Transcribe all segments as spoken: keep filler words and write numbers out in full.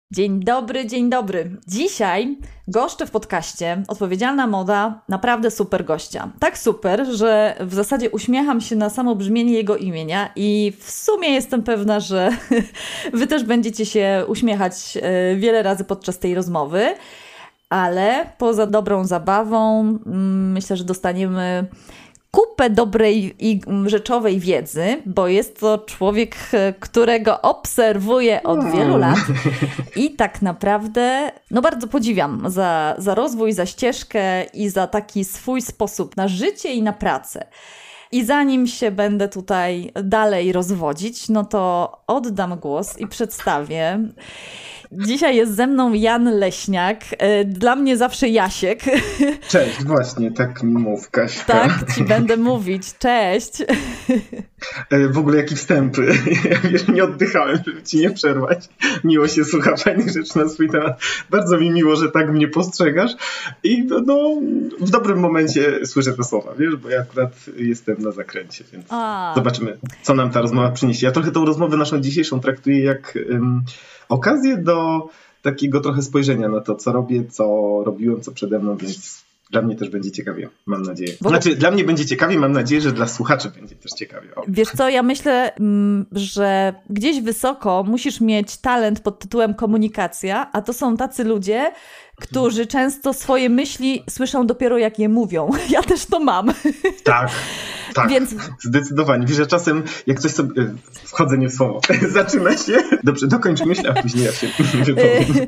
Dzień dobry, dzień dobry. Dzisiaj goszczę w podcaście Odpowiedzialna Moda naprawdę super gościa. Tak super, że w zasadzie uśmiecham się na samo brzmienie jego imienia i w sumie jestem pewna, że wy też będziecie się uśmiechać wiele razy podczas tej rozmowy, ale poza dobrą zabawą myślę, że dostaniemy kupę dobrej i rzeczowej wiedzy, bo jest to człowiek, którego obserwuję od wielu lat i tak naprawdę no bardzo podziwiam za, za rozwój, za ścieżkę i za taki swój sposób na życie i na pracę. I zanim się będę tutaj dalej rozwodzić, no to oddam głos i przedstawię. Dzisiaj jest ze mną Jan Leśniak, dla mnie zawsze Jasiek. Cześć, właśnie, tak mi mów, Kaśka. Tak, ci będę mówić, cześć. W ogóle jaki wstęp, ja wiesz, nie oddychałem, żeby ci nie przerwać. Miło się słucha fajnych rzeczy na swój temat. Bardzo mi miło, że tak mnie postrzegasz i no, no w dobrym momencie słyszę te słowa, wiesz, bo ja akurat jestem na zakręcie, więc A. zobaczymy, co nam ta rozmowa przyniesie. Ja trochę tą rozmowę naszą dzisiejszą traktuję jak um, okazję do takiego trochę spojrzenia na to, co robię, co robiłem, co przede mną, więc dla mnie też będzie ciekawie, mam nadzieję. Znaczy, dla mnie będzie ciekawie, mam nadzieję, że dla słuchaczy będzie też ciekawie. O. Wiesz co, ja myślę, że gdzieś wysoko musisz mieć talent pod tytułem komunikacja, a to są tacy ludzie, którzy często swoje myśli słyszą dopiero jak je mówią. Ja też to mam. Tak, tak, Więc... zdecydowanie. Wiesz, że czasem jak coś sobie... Wchodzę nie w słowo. Zaczyna się. Dobrze, dokończ myśl, a później ja się wypowiem.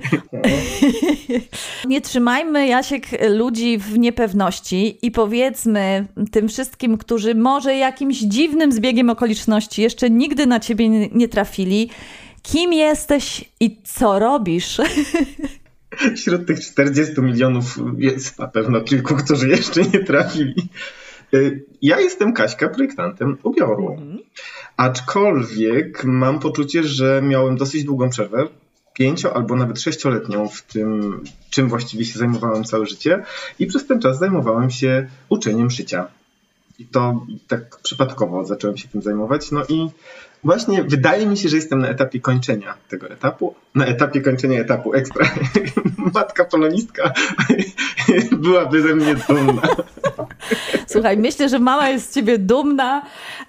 Nie trzymajmy, Jasiek, ludzi w niepewności i powiedzmy tym wszystkim, którzy może jakimś dziwnym zbiegiem okoliczności jeszcze nigdy na ciebie nie trafili, kim jesteś i co robisz? Wśród tych czterdziestu milionów jest na pewno kilku, którzy jeszcze nie trafili. Ja jestem Kaśka, projektantem ubioru. Mhm. Aczkolwiek mam poczucie, że miałem dosyć długą przerwę, pięcio albo nawet sześcioletnią w tym, czym właściwie się zajmowałem całe życie i przez ten czas zajmowałem się uczeniem szycia. I to tak przypadkowo zacząłem się tym zajmować. No i właśnie wydaje mi się, że jestem na etapie kończenia tego etapu. Na etapie kończenia etapu ekstra. Matka polonistka byłaby ze mnie dumna. Słuchaj, myślę, że mama jest z ciebie dumna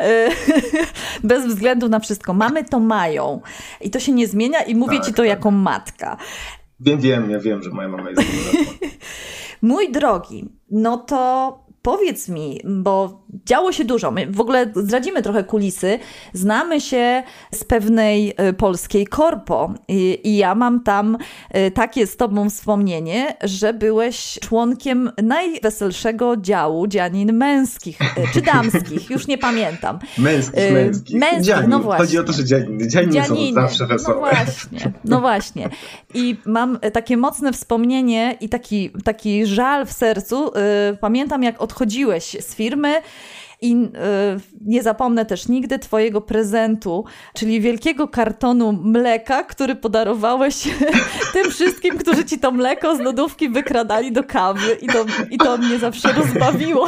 bez względu na wszystko. Mamy to mają i to się nie zmienia i mówię tak, ci to tak. jako matka. Wiem, wiem, ja wiem, że moja mama jest dumna. Mój drogi, no to powiedz mi, bo działo się dużo. My w ogóle zdradzimy trochę kulisy. Znamy się z pewnej polskiej korpo i, i ja mam tam takie z tobą wspomnienie, że byłeś członkiem najweselszego działu dzianin męskich, czy damskich, już nie pamiętam. Męskich, męskich. Męskich, dzianin. no właśnie. Chodzi o to, że dzianiny, dzianiny, dzianiny są zawsze wesołe. No właśnie, no właśnie. I mam takie mocne wspomnienie i taki, taki żal w sercu. Pamiętam, jak odchodziłeś z firmy i yy, nie zapomnę też nigdy twojego prezentu, czyli wielkiego kartonu mleka, który podarowałeś tym wszystkim, którzy ci to mleko z lodówki wykradali do kawy i to, i to mnie zawsze rozbawiło.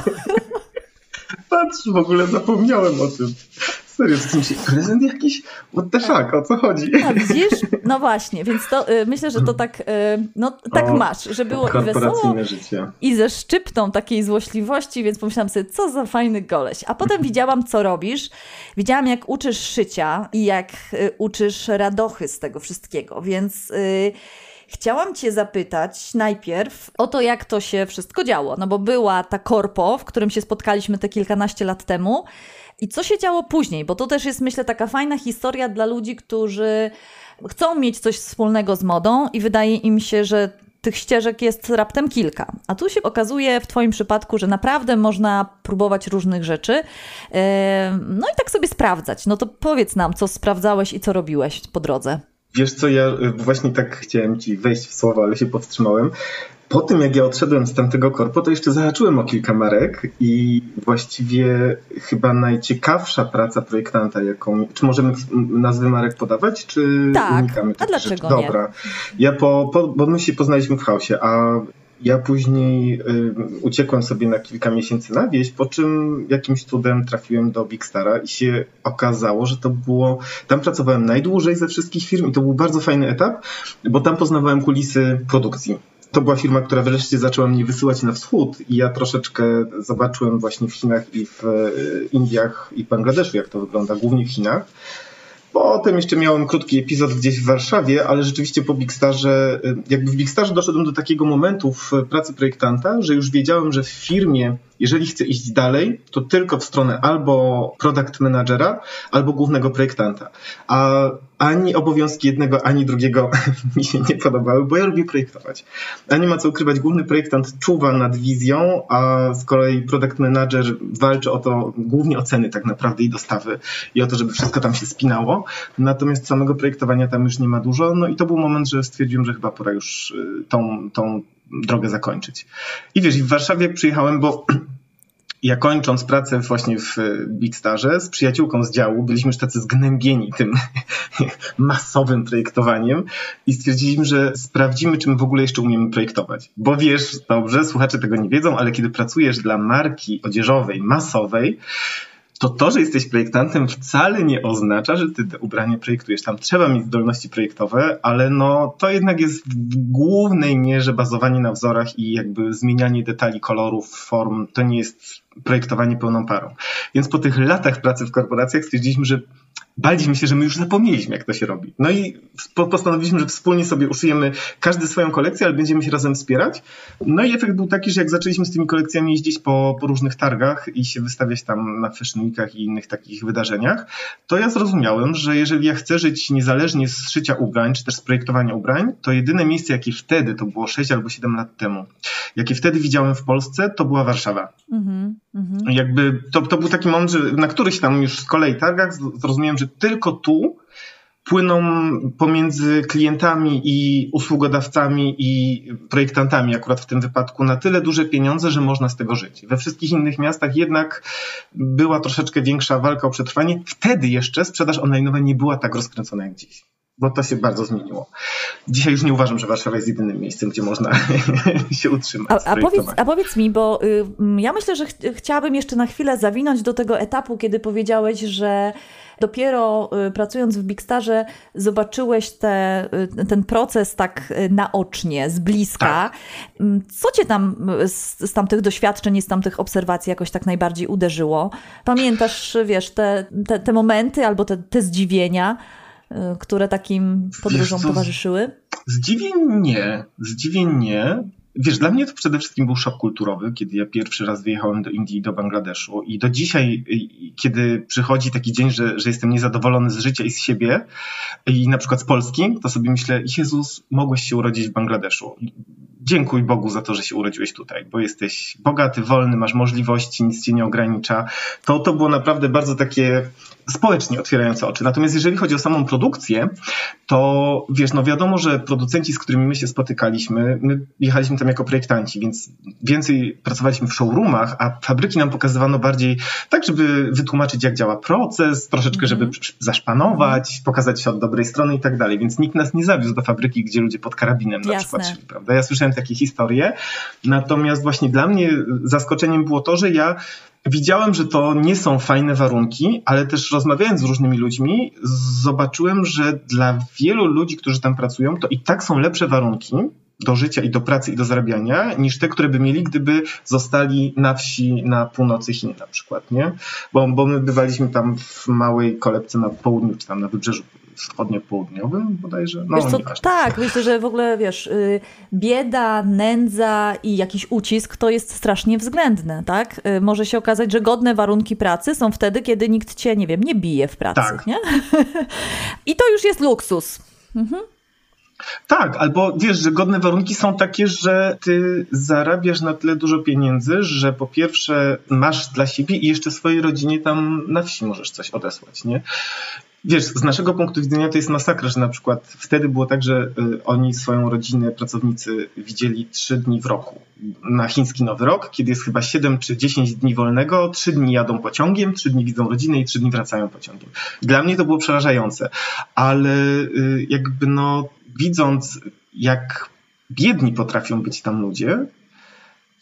Patrz, w ogóle zapomniałem o tym. Serio, z kimś prezent jakiś? What the fuck, o co chodzi? A widzisz? No właśnie, więc to y, myślę, że to tak, y, no, tak o, masz, że było i wesoło życie. I ze szczyptą takiej złośliwości, więc pomyślałam sobie, co za fajny goleś. A potem widziałam, co robisz. Widziałam, jak uczysz szycia i jak y, uczysz radochy z tego wszystkiego, więc... Y, Chciałam cię zapytać najpierw o to, jak to się wszystko działo, no bo była ta korpo, w którym się spotkaliśmy te kilkanaście lat temu i co się działo później, bo to też jest, myślę, taka fajna historia dla ludzi, którzy chcą mieć coś wspólnego z modą i wydaje im się, że tych ścieżek jest raptem kilka. A tu się okazuje w twoim przypadku, że naprawdę można próbować różnych rzeczy, no i tak sobie sprawdzać. No to powiedz nam, co sprawdzałeś i co robiłeś po drodze. Wiesz co, ja właśnie tak chciałem ci wejść w słowo, ale się powstrzymałem. Po tym, jak ja odszedłem z tamtego korpo, to jeszcze zahaczyłem o kilka marek i właściwie chyba najciekawsza praca projektanta, jaką... Czy możemy nazwy marek podawać, czy tak, unikamy a dlaczego rzeczy? nie? Dobra. Ja po, po, bo my się poznaliśmy w chaosie, a Ja później y, uciekłem sobie na kilka miesięcy na wieś, po czym jakimś cudem trafiłem do Big Stara i się okazało, że to było... Tam pracowałem najdłużej ze wszystkich firm i to był bardzo fajny etap, bo tam poznawałem kulisy produkcji. To była firma, która wreszcie zaczęła mnie wysyłać na wschód i ja troszeczkę zobaczyłem właśnie w Chinach i w Indiach i w Bangladeszu, jak to wygląda, głównie w Chinach. Potem jeszcze miałem krótki epizod gdzieś w Warszawie, ale rzeczywiście po Big Starze, jakby w Big Starze doszedłem do takiego momentu w pracy projektanta, że już wiedziałem, że w firmie, jeżeli chcę iść dalej, to tylko w stronę albo product managera, albo głównego projektanta. A ani obowiązki jednego, ani drugiego mi się nie podobały, bo ja lubię projektować. A nie ma co ukrywać, główny projektant czuwa nad wizją, a z kolei product manager walczy o to, głównie o ceny tak naprawdę i dostawy i o to, żeby wszystko tam się spinało. Natomiast samego projektowania tam już nie ma dużo. No i to był moment, że stwierdziłem, że chyba pora już tą, tą drogę zakończyć. I wiesz, w Warszawie przyjechałem, bo ja kończąc pracę właśnie w Big Starze z przyjaciółką z działu, byliśmy już tacy zgnębieni tym masowym projektowaniem i stwierdziliśmy, że sprawdzimy, czy my w ogóle jeszcze umiemy projektować. Bo wiesz, dobrze, słuchacze tego nie wiedzą, ale kiedy pracujesz dla marki odzieżowej, masowej, to to, że jesteś projektantem, wcale nie oznacza, że ty te ubranie projektujesz. Tam trzeba mieć zdolności projektowe, ale no to jednak jest w głównej mierze bazowanie na wzorach i jakby zmienianie detali, kolorów, form. To nie jest projektowanie pełną parą. Więc po tych latach pracy w korporacjach stwierdziliśmy, że baliśmy się, że my już zapomnieliśmy, jak to się robi. No i postanowiliśmy, że wspólnie sobie uszyjemy każdy swoją kolekcję, ale będziemy się razem wspierać. No i efekt był taki, że jak zaczęliśmy z tymi kolekcjami jeździć po, po różnych targach i się wystawiać tam na Fashion Weekach i innych takich wydarzeniach, to ja zrozumiałem, że jeżeli ja chcę żyć niezależnie z szycia ubrań, czy też z projektowania ubrań, to jedyne miejsce, jakie wtedy, to było sześć albo siedem lat temu, jakie wtedy widziałem w Polsce, to była Warszawa. Mm-hmm, mm-hmm. Jakby to, to był taki moment, że na któryś tam już z kolei targach zrozumiałem, że tylko tu płyną pomiędzy klientami i usługodawcami i projektantami akurat w tym wypadku na tyle duże pieniądze, że można z tego żyć. We wszystkich innych miastach jednak była troszeczkę większa walka o przetrwanie. Wtedy jeszcze sprzedaż online'owa nie była tak rozkręcona jak dziś. Bo to się bardzo zmieniło. Dzisiaj już nie uważam, że Warszawa jest jedynym miejscem, gdzie można się utrzymać. A, a, powiedz, a powiedz mi, bo y, ja myślę, że ch chciałabym jeszcze na chwilę zawinąć do tego etapu, kiedy powiedziałeś, że dopiero y, pracując w Big Starze zobaczyłeś te, y, ten proces tak y, naocznie, z bliska. Tak. Co cię tam z, z tamtych doświadczeń i z tamtych obserwacji jakoś tak najbardziej uderzyło? Pamiętasz, wiesz, te, te, te momenty albo te, te zdziwienia, które takim podróżom wiesz, towarzyszyły? Zdziwień nie. Zdziwień nie. Wiesz, dla mnie to przede wszystkim był szok kulturowy, kiedy ja pierwszy raz wyjechałem do Indii i do Bangladeszu i do dzisiaj, kiedy przychodzi taki dzień, że, że jestem niezadowolony z życia i z siebie i na przykład z Polski, to sobie myślę, Jezus, mogłeś się urodzić w Bangladeszu. Dziękuj Bogu za to, że się urodziłeś tutaj, bo jesteś bogaty, wolny, masz możliwości, nic cię nie ogranicza. To, to było naprawdę bardzo takie społecznie otwierające oczy. Natomiast jeżeli chodzi o samą produkcję, to wiesz, no wiadomo, że producenci, z którymi my się spotykaliśmy, my jechaliśmy tam jako projektanci, więc więcej pracowaliśmy w showroomach, a fabryki nam pokazywano bardziej tak, żeby wytłumaczyć, jak działa proces, troszeczkę, żeby zaszpanować, pokazać się od dobrej strony i tak dalej. Więc nikt nas nie zawiózł do fabryki, gdzie ludzie pod karabinem na Jasne. przykład szli, prawda? Ja słyszałem takie historie, natomiast właśnie dla mnie zaskoczeniem było to, że ja widziałem, że to nie są fajne warunki, ale też rozmawiając z różnymi ludźmi, zobaczyłem, że dla wielu ludzi, którzy tam pracują, to i tak są lepsze warunki do życia i do pracy i do zarabiania, niż te, które by mieli, gdyby zostali na wsi na północy Chin na przykład, nie? Bo, bo my bywaliśmy tam w małej kolebce na południu, czy tam na wybrzeżu wschodnio-południowym bodajże. No, wiesz co, tak, myślę, że w ogóle wiesz, bieda, nędza i jakiś ucisk to jest strasznie względne, tak? Może się okazać, że godne warunki pracy są wtedy, kiedy nikt cię, nie wiem, nie bije w pracy, tak. Nie? I to już jest luksus. Mhm. Tak, albo wiesz, że godne warunki są takie, że ty zarabiasz na tyle dużo pieniędzy, że po pierwsze masz dla siebie i jeszcze swojej rodzinie tam na wsi możesz coś odesłać, nie? Wiesz, z naszego punktu widzenia to jest masakra, że na przykład wtedy było tak, że y, oni swoją rodzinę, pracownicy widzieli trzy dni w roku. Na chiński Nowy Rok, kiedy jest chyba siedem czy dziesięć dni wolnego, trzy dni jadą pociągiem, trzy dni widzą rodzinę i trzy dni wracają pociągiem. Dla mnie to było przerażające, ale y, jakby no widząc, jak biedni potrafią być tam ludzie,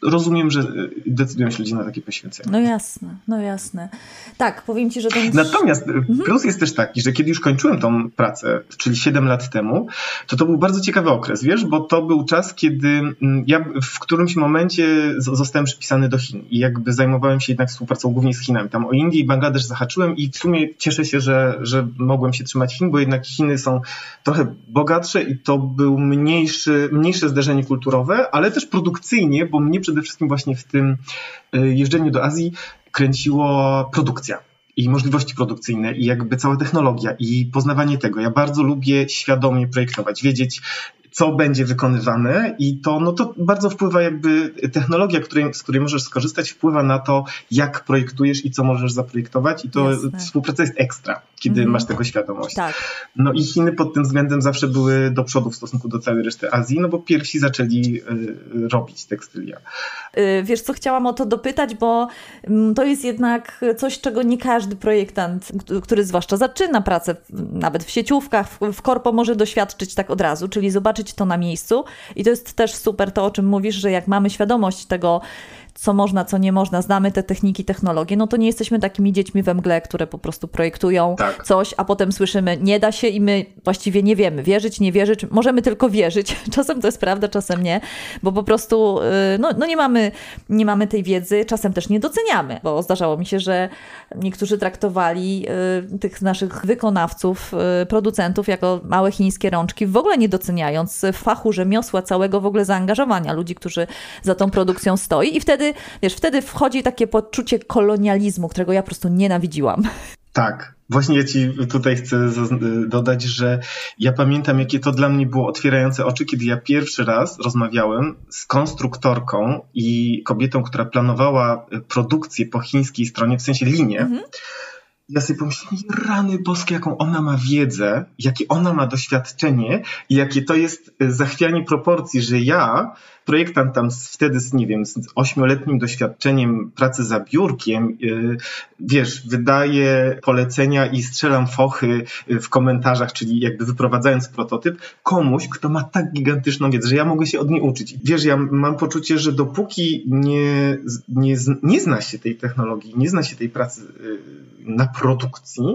rozumiem, że decydują się ludzie na takie poświęcenie. No jasne, no jasne. Tak, powiem Ci, że ten... Natomiast mhm. plus jest też taki, że kiedy już kończyłem tą pracę, czyli siedem lat temu, to to był bardzo ciekawy okres, wiesz, bo to był czas, kiedy ja w którymś momencie zostałem przypisany do Chin i jakby zajmowałem się jednak współpracą głównie z Chinami. Tam o Indię i Bangladesz zahaczyłem i w sumie cieszę się, że, że mogłem się trzymać Chin, bo jednak Chiny są trochę bogatsze i to był mniejszy, mniejsze zderzenie kulturowe, ale też produkcyjnie, bo mnie przede wszystkim właśnie w tym jeżdżeniu do Azji kręciło produkcja i możliwości produkcyjne i jakby cała technologia i poznawanie tego. Ja bardzo lubię świadomie projektować, wiedzieć, co będzie wykonywane i to, no to bardzo wpływa jakby technologia, której, z której możesz skorzystać, wpływa na to, jak projektujesz i co możesz zaprojektować i to Jasne. Współpraca jest ekstra, kiedy mhm. masz tego świadomość. Tak. No i Chiny pod tym względem zawsze były do przodu w stosunku do całej reszty Azji, no bo pierwsi zaczęli y, robić tekstylia. Wiesz co, chciałam o to dopytać, bo to jest jednak coś, czego nie każdy projektant, który zwłaszcza zaczyna pracę nawet w sieciówkach, w, w korpo może doświadczyć tak od razu, czyli zobaczyć to na miejscu i to jest też super to, o czym mówisz, że jak mamy świadomość tego, co można, co nie można, znamy te techniki, technologie, no to nie jesteśmy takimi dziećmi we mgle, które po prostu projektują tak. coś, a potem słyszymy, nie da się i my właściwie nie wiemy, wierzyć, nie wierzyć, możemy tylko wierzyć. Czasem to jest prawda, czasem nie, bo po prostu no, no nie mamy, nie mamy tej wiedzy, czasem też nie doceniamy, bo zdarzało mi się, że niektórzy traktowali y, tych naszych wykonawców, y, producentów jako małe chińskie rączki, w ogóle nie doceniając fachu, rzemiosła, całego w ogóle zaangażowania ludzi, którzy za tą produkcją stoi i wtedy Wiesz, wtedy wchodzi takie poczucie kolonializmu, którego ja po prostu nienawidziłam. Tak, właśnie ja ci tutaj chcę dodać, że ja pamiętam, jakie to dla mnie było otwierające oczy, kiedy ja pierwszy raz rozmawiałem z konstruktorką i kobietą, która planowała produkcję po chińskiej stronie, w sensie linię. Mhm. Ja sobie pomyślałem, rany boskie, jaką ona ma wiedzę, jakie ona ma doświadczenie i jakie to jest zachwianie proporcji, że ja, projektant tam wtedy z, nie wiem, z ośmioletnim doświadczeniem pracy za biurkiem, yy, wiesz, wydaję polecenia i strzelam fochy w komentarzach, czyli jakby wyprowadzając prototyp komuś, kto ma tak gigantyczną wiedzę, że ja mogę się od niej uczyć. Wiesz, ja mam poczucie, że dopóki nie, nie, nie zna się tej technologii, nie zna się tej pracy yy, na produkcji,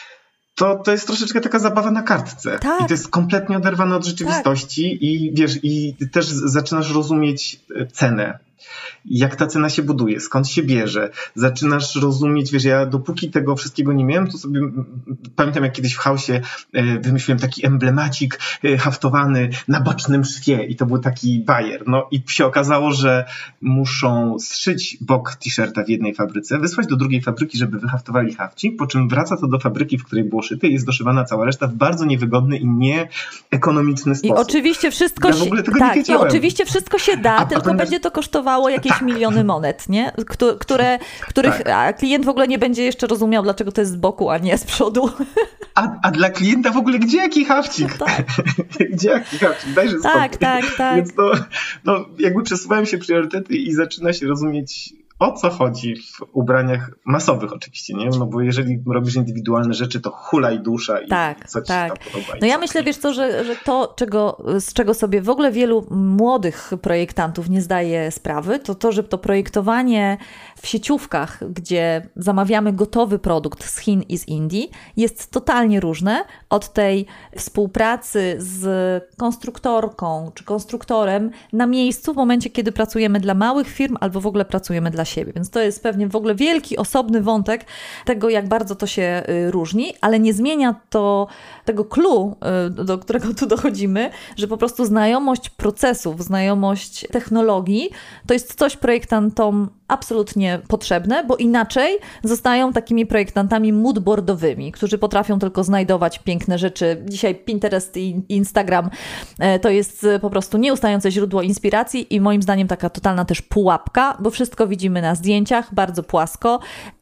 to, to jest troszeczkę taka zabawa na kartce. Tak. I to jest kompletnie oderwane od rzeczywistości tak. i wiesz, i też zaczynasz rozumieć cenę. Jak ta cena się buduje, skąd się bierze. Zaczynasz rozumieć, wiesz, ja dopóki tego wszystkiego nie miałem, to sobie pamiętam, jak kiedyś w Chaosie wymyśliłem taki emblemacik haftowany na bocznym szwie i to był taki bajer. No i się okazało, że muszą zszyć bok t-shirta w jednej fabryce, wysłać do drugiej fabryki, żeby wyhaftowali hafcik, po czym wraca to do fabryki, w której było szyte i jest doszywana cała reszta w bardzo niewygodny i nieekonomiczny sposób. I oczywiście wszystko ja w ogóle tego tak, nie wiedziałem. I oczywiście wszystko się da, a, tylko a będzie to kosztowało jakieś tak. miliony monet, nie? Które, których tak. a klient w ogóle nie będzie jeszcze rozumiał, dlaczego to jest z boku, a nie z przodu. A, a dla klienta w ogóle gdzie jaki hafcik? No tak. Gdzie jaki hafcik? Dajże spokój. Tak, tak, tak. Więc to, no, jakby przesuwają się priorytety i zaczyna się rozumieć, o co chodzi w ubraniach masowych oczywiście, nie? No bo jeżeli robisz indywidualne rzeczy, to hulaj dusza i tak, co ci tak. się tam podoba. No ja myślę, wiesz co, że, że to, czego, z czego sobie w ogóle wielu młodych projektantów nie zdaje sprawy, to to, że to projektowanie w sieciówkach, gdzie zamawiamy gotowy produkt z Chin i z Indii, jest totalnie różne od tej współpracy z konstruktorką czy konstruktorem na miejscu w momencie, kiedy pracujemy dla małych firm albo w ogóle pracujemy dla siebie. Więc to jest pewnie w ogóle wielki, osobny wątek tego, jak bardzo to się różni, ale nie zmienia to tego clue, do którego tu dochodzimy, że po prostu znajomość procesów, znajomość technologii to jest coś projektantom absolutnie potrzebne, bo inaczej zostają takimi projektantami moodboardowymi, którzy potrafią tylko znajdować piękne rzeczy. Dzisiaj Pinterest i Instagram to jest po prostu nieustające źródło inspiracji i moim zdaniem taka totalna też pułapka, bo wszystko widzimy na zdjęciach, bardzo płasko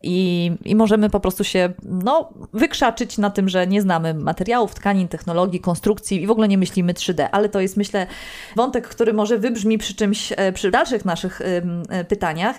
i, i możemy po prostu się no, wykrzaczyć na tym, że nie znamy materiałów, tkanin, technologii, konstrukcji i w ogóle nie myślimy trzy D, ale to jest, myślę, wątek, który może wybrzmi przy czymś, przy dalszych naszych pytaniach.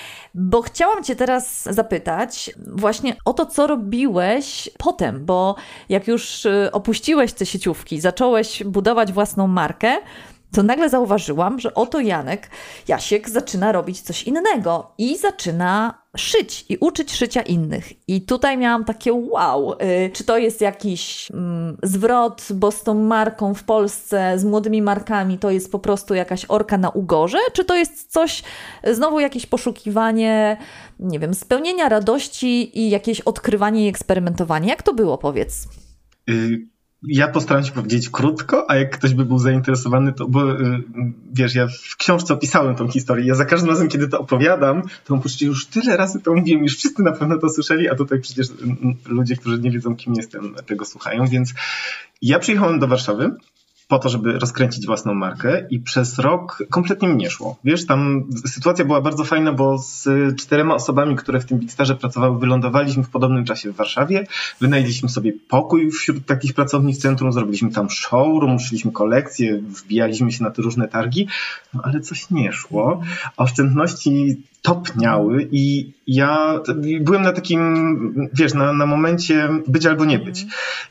Bo chciałam Cię teraz zapytać właśnie o to, co robiłeś potem, bo jak już opuściłeś te sieciówki, zacząłeś budować własną markę, to nagle zauważyłam, że oto Janek, Jasiek zaczyna robić coś innego i zaczyna szyć i uczyć szycia innych. I tutaj miałam takie wow, yy, czy to jest jakiś mm, zwrot, bo z tą marką w Polsce, z młodymi markami to jest po prostu jakaś orka na ugorze, czy to jest coś, znowu jakieś poszukiwanie, nie wiem, spełnienia radości i jakieś odkrywanie i eksperymentowanie. Jak to było, powiedz? Y- Ja postaram się powiedzieć krótko, a jak ktoś by był zainteresowany, to, bo wiesz, ja w książce opisałem tą historię. Ja za każdym razem, kiedy to opowiadam, to przecież już tyle razy to mówiłem, już wszyscy na pewno to słyszeli, a tutaj przecież ludzie, którzy nie wiedzą, kim jestem, tego słuchają. Więc ja przyjechałem do Warszawy po to, żeby rozkręcić własną markę i przez rok kompletnie mi nie szło. Wiesz, tam sytuacja była bardzo fajna, bo z czterema osobami, które w tym Bigstarze pracowały, wylądowaliśmy w podobnym czasie w Warszawie, wynajęliśmy sobie pokój wśród takich pracowni w centrum, zrobiliśmy tam showroom, szliśmy kolekcje, wbijaliśmy się na te różne targi, no ale coś nie szło. Oszczędności topniały i ja byłem na takim, wiesz, na, na momencie być albo nie być.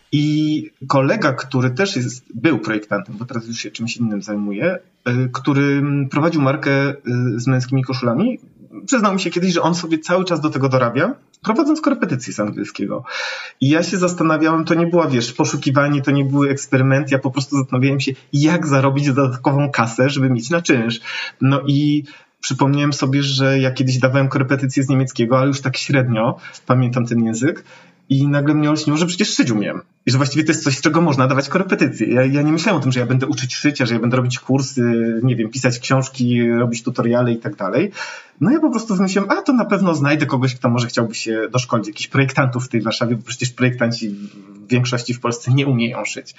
I kolega, który też jest, był projektantem, bo teraz już się czymś innym zajmuje, który prowadził markę z męskimi koszulami, przyznał mi się kiedyś, że on sobie cały czas do tego dorabia, prowadząc korepetycje z angielskiego. I ja się zastanawiałem, to nie była, wiesz, poszukiwanie, to nie były eksperymenty, ja po prostu zastanawiałem się, jak zarobić dodatkową kasę, żeby mieć na czynsz. No i przypomniałem sobie, że ja kiedyś dawałem korepetycje z niemieckiego, ale już tak średnio pamiętam ten język. I nagle mnie olśniło, że przecież szyć umiem. I że właściwie to jest coś, z czego można dawać korepetycje. Ja, ja nie myślałem o tym, że ja będę uczyć szycia, że ja będę robić kursy, nie wiem, pisać książki, robić tutoriale i tak dalej. No ja po prostu wymyśliłem, a to na pewno znajdę kogoś, kto może chciałby się doszkolić, jakichś projektantów w tej Warszawie, bo przecież projektanci w większości w Polsce nie umieją szyć.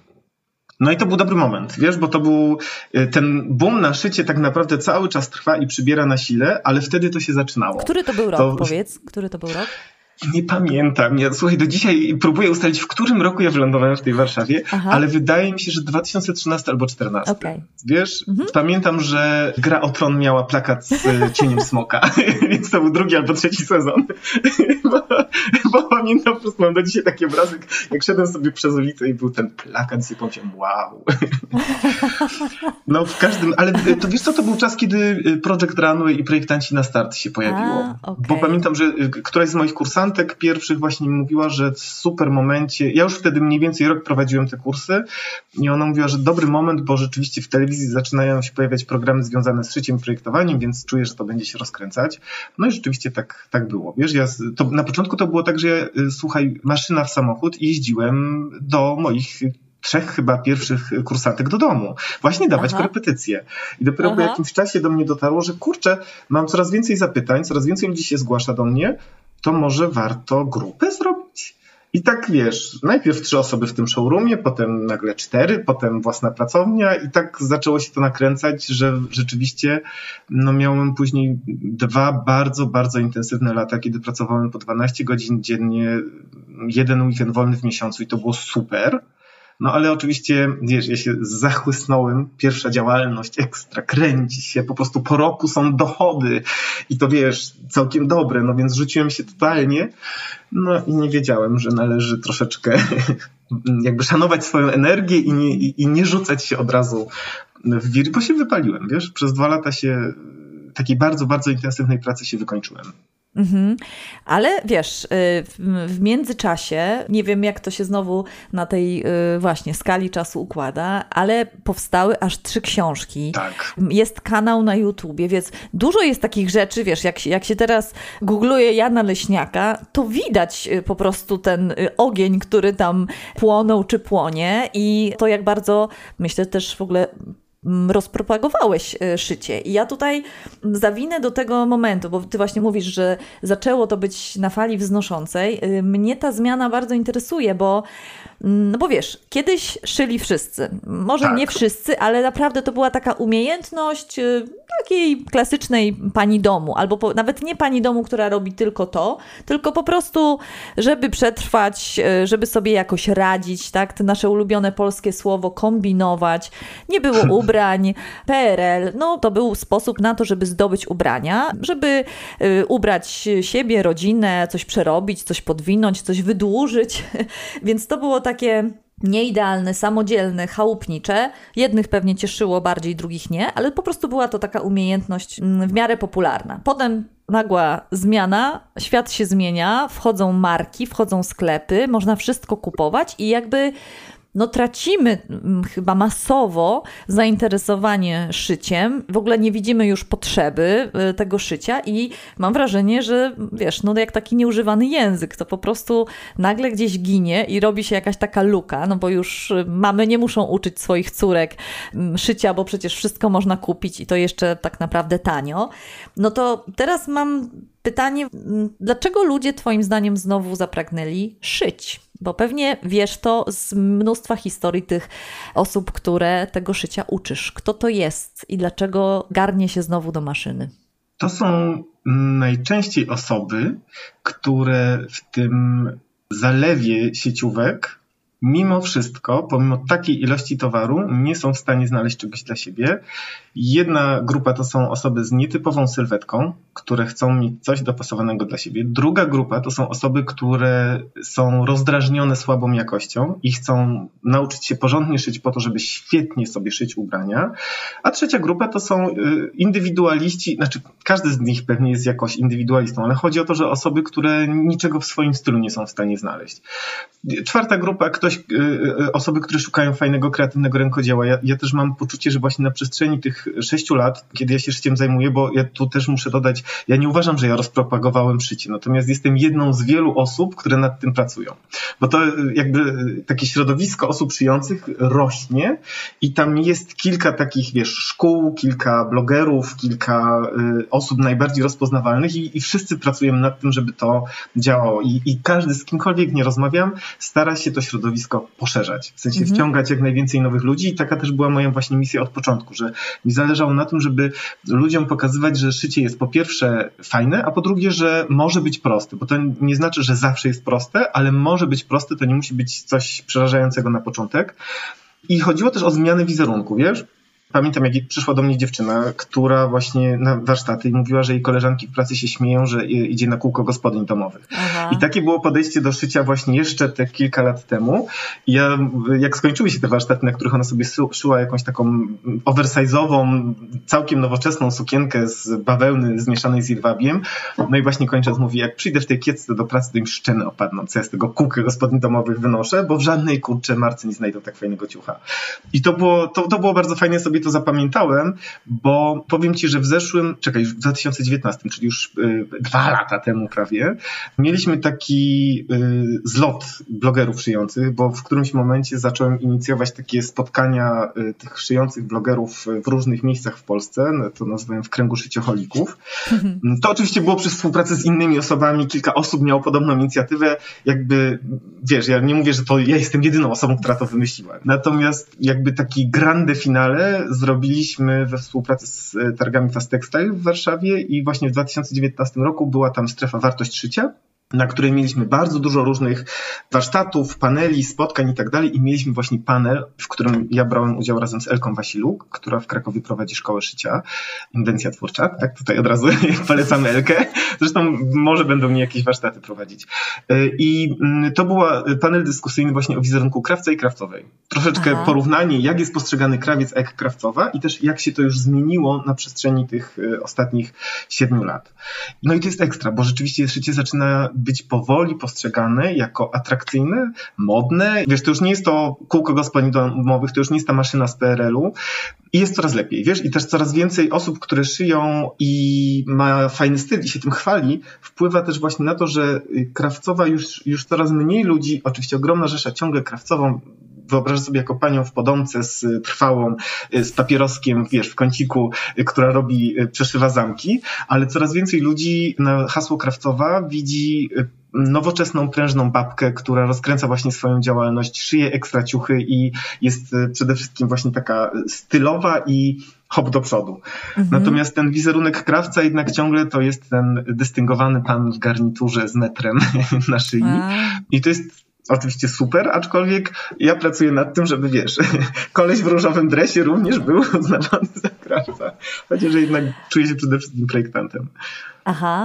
No i to był dobry moment, wiesz, bo to był ten boom na szycie tak naprawdę cały czas trwa i przybiera na sile, ale wtedy to się zaczynało. Który to był rok, to... powiedz? Który to był rok? Nie pamiętam. Ja, słuchaj, do dzisiaj próbuję ustalić, w którym roku ja wylądowałem w tej Warszawie, Aha. ale wydaje mi się, że dwa tysiące trzynasty albo dwa tysiące czternasty. Okay. Wiesz, mhm. pamiętam, że Gra o Tron miała plakat z cieniem smoka, więc to był drugi albo trzeci sezon. bo, bo pamiętam, po prostu mam do dzisiaj taki obrazek, jak szedłem sobie przez ulicę i był ten plakat i sobie pomyślałem, wow. No w każdym, ale to wiesz co, to był czas, kiedy Project Runway i projektanci na start się pojawiło. A, okay. Bo pamiętam, że któraś z moich kursantów pierwszych właśnie mówiła, że w super momencie, ja już wtedy mniej więcej rok prowadziłem te kursy i ona mówiła, że dobry moment, bo rzeczywiście w telewizji zaczynają się pojawiać programy związane z szyciem, projektowaniem, więc czuję, że to będzie się rozkręcać. No i rzeczywiście tak, tak było. Wiesz, ja, to, na początku to było tak, że ja, słuchaj, maszyna w samochód i jeździłem do moich trzech chyba pierwszych kursantek do domu. Właśnie dawać Aha. korepetycje. I dopiero Aha. po jakimś czasie do mnie dotarło, że kurczę, mam coraz więcej zapytań, coraz więcej ludzi się zgłasza do mnie, to może warto grupę zrobić? I tak wiesz, najpierw trzy osoby w tym showroomie, potem nagle cztery, potem własna pracownia i tak zaczęło się to nakręcać, że rzeczywiście no miałem później dwa bardzo, bardzo intensywne lata, kiedy pracowałem po dwanaście godzin dziennie, jeden weekend wolny w miesiącu i to było super. No ale oczywiście, wiesz, ja się zachłysnąłem, pierwsza działalność ekstra, kręci się, po prostu po roku są dochody i to wiesz, całkiem dobre, no więc rzuciłem się totalnie, no i nie wiedziałem, że należy troszeczkę jakby szanować swoją energię i nie, i, i nie rzucać się od razu w wir, bo się wypaliłem, wiesz, przez dwa lata się takiej bardzo, bardzo intensywnej pracy się wykończyłem. Mhm. Ale wiesz, w, w międzyczasie, nie wiem jak to się znowu na tej właśnie skali czasu układa, ale powstały aż trzy książki. Tak. Jest kanał na YouTubie, więc dużo jest takich rzeczy, wiesz, jak, jak się teraz googluje Jana Leśniaka, to widać po prostu ten ogień, który tam płonął czy płonie i to jak bardzo, myślę też w ogóle rozpropagowałeś szycie. I ja tutaj zawinę do tego momentu, bo ty właśnie mówisz, że zaczęło to być na fali wznoszącej. Mnie ta zmiana bardzo interesuje, bo no bo wiesz, kiedyś szyli wszyscy. Może tak. nie wszyscy, ale naprawdę to była taka umiejętność takiej klasycznej pani domu, albo po, nawet nie pani domu, która robi tylko to, tylko po prostu, żeby przetrwać, żeby sobie jakoś radzić, tak? To nasze ulubione polskie słowo kombinować. Nie było ubrań, P R L, no to był sposób na to, żeby zdobyć ubrania, żeby y, ubrać siebie, rodzinę, coś przerobić, coś podwinąć, coś wydłużyć, więc to było takie nieidealne, samodzielne, chałupnicze. Jednych pewnie cieszyło bardziej, drugich nie, ale po prostu była to taka umiejętność w miarę popularna. Potem nagła zmiana, świat się zmienia, wchodzą marki, wchodzą sklepy, można wszystko kupować i jakby no tracimy chyba masowo zainteresowanie szyciem. W ogóle nie widzimy już potrzeby tego szycia i mam wrażenie, że wiesz, no jak taki nieużywany język, to po prostu nagle gdzieś ginie i robi się jakaś taka luka, no bo już mamy nie muszą uczyć swoich córek szycia, bo przecież wszystko można kupić i to jeszcze tak naprawdę tanio. No to teraz mam pytanie, dlaczego ludzie twoim zdaniem znowu zapragnęli szyć? Bo pewnie wiesz to z mnóstwa historii tych osób, które tego szycia uczysz. Kto to jest i dlaczego garnie się znowu do maszyny? To są najczęściej osoby, które w tym zalewie sieciówek mimo wszystko, pomimo takiej ilości towaru, nie są w stanie znaleźć czegoś dla siebie. Jedna grupa to są osoby z nietypową sylwetką, które chcą mieć coś dopasowanego dla siebie. Druga grupa to są osoby, które są rozdrażnione słabą jakością i chcą nauczyć się porządnie szyć po to, żeby świetnie sobie szyć ubrania. A trzecia grupa to są indywidualiści, znaczy każdy z nich pewnie jest jakoś indywidualistą, ale chodzi o to, że osoby, które niczego w swoim stylu nie są w stanie znaleźć. Czwarta grupa, ktoś, osoby, które szukają fajnego, kreatywnego rękodzieła. Ja, ja też mam poczucie, że właśnie na przestrzeni tych sześciu lat, kiedy ja się szyciem zajmuję, bo ja tu też muszę dodać, ja nie uważam, że ja rozpropagowałem szycie, natomiast jestem jedną z wielu osób, które nad tym pracują. Bo to jakby takie środowisko osób szyjących rośnie i tam jest kilka takich, wiesz, szkół, kilka blogerów, kilka y, osób najbardziej rozpoznawalnych i, i wszyscy pracujemy nad tym, żeby to działało. I, i każdy, z kimkolwiek nie rozmawiam, stara się to środowisko poszerzać. W sensie mhm. wciągać jak najwięcej nowych ludzi i taka też była moja właśnie misja od początku, że mi zależało na tym, żeby ludziom pokazywać, że szycie jest po pierwsze fajne, a po drugie, że może być proste, bo to nie znaczy, że zawsze jest proste, ale może być proste, to nie musi być coś przerażającego na początek. I chodziło też o zmianę wizerunku, wiesz? Pamiętam, jak przyszła do mnie dziewczyna, która właśnie na warsztaty i mówiła, że jej koleżanki w pracy się śmieją, że idzie na kółko gospodyń domowych. Aha. I takie było podejście do szycia właśnie jeszcze te kilka lat temu. I ja, jak skończyły się te warsztaty, na których ona sobie szyła jakąś taką oversize'ową, całkiem nowoczesną sukienkę z bawełny zmieszanej z jedwabiem, no i właśnie kończąc mówi, jak przyjdę w tej kiecce do pracy, to im szczeny opadną, co ja z tego kółka gospodyń domowych wynoszę, bo w żadnej kurczę marce nie znajdą tak fajnego ciucha. I to było, to, to było bardzo fajne, sobie to zapamiętałem, bo powiem ci, że w zeszłym, czekaj, w dwa tysiące dziewiętnastym, czyli już y, dwa lata temu prawie, mieliśmy taki y, zlot blogerów szyjących, bo w którymś momencie zacząłem inicjować takie spotkania y, tych szyjących blogerów w różnych miejscach w Polsce, no, to nazywałem w kręgu szycioholików. To oczywiście było przy współpracy z innymi osobami, kilka osób miało podobną inicjatywę, jakby, wiesz, ja nie mówię, że to ja jestem jedyną osobą, która to wymyśliła. Natomiast jakby taki grande finale zrobiliśmy we współpracy z targami Fast Textile w Warszawie i właśnie w dwa tysiące dziewiętnastym roku była tam strefa Wartość Szycia, na której mieliśmy bardzo dużo różnych warsztatów, paneli, spotkań i tak dalej i mieliśmy właśnie panel, w którym ja brałem udział razem z Elką Wasiluk, która w Krakowie prowadzi szkołę szycia, Inwencja Twórcza, tak tutaj od razu polecamy Elkę, zresztą może będą mnie jakieś warsztaty prowadzić. I to był panel dyskusyjny właśnie o wizerunku krawca i krawcowej. Troszeczkę Aha. porównanie, jak jest postrzegany krawiec, a jak krawcowa i też jak się to już zmieniło na przestrzeni tych ostatnich siedmiu lat. No i to jest ekstra, bo rzeczywiście szycie zaczyna być powoli postrzegane jako atrakcyjne, modne. Wiesz, to już nie jest to kółko gospodyń domowych, to już nie jest ta maszyna z P R L u i jest coraz lepiej, wiesz, i też coraz więcej osób, które szyją i ma fajny styl i się tym chwali, wpływa też właśnie na to, że krawcowa już, już coraz mniej ludzi, oczywiście ogromna rzesza ciągle krawcową, wyobrażę sobie jako panią w podomce z trwałą, z papieroskiem, wiesz, w kąciku, która robi, przeszywa zamki, ale coraz więcej ludzi na hasło krawcowa widzi nowoczesną, prężną babkę, która rozkręca właśnie swoją działalność, szyje ekstra ciuchy i jest przede wszystkim właśnie taka stylowa i hop do przodu. Mhm. Natomiast ten wizerunek krawca jednak ciągle to jest ten dystyngowany pan w garniturze z metrem na szyi. A. I to jest oczywiście super, aczkolwiek ja pracuję nad tym, żeby, wiesz, koleś w różowym dresie również był uznawany za krawca. Chociaż jednak czuję się przede wszystkim projektantem. Aha.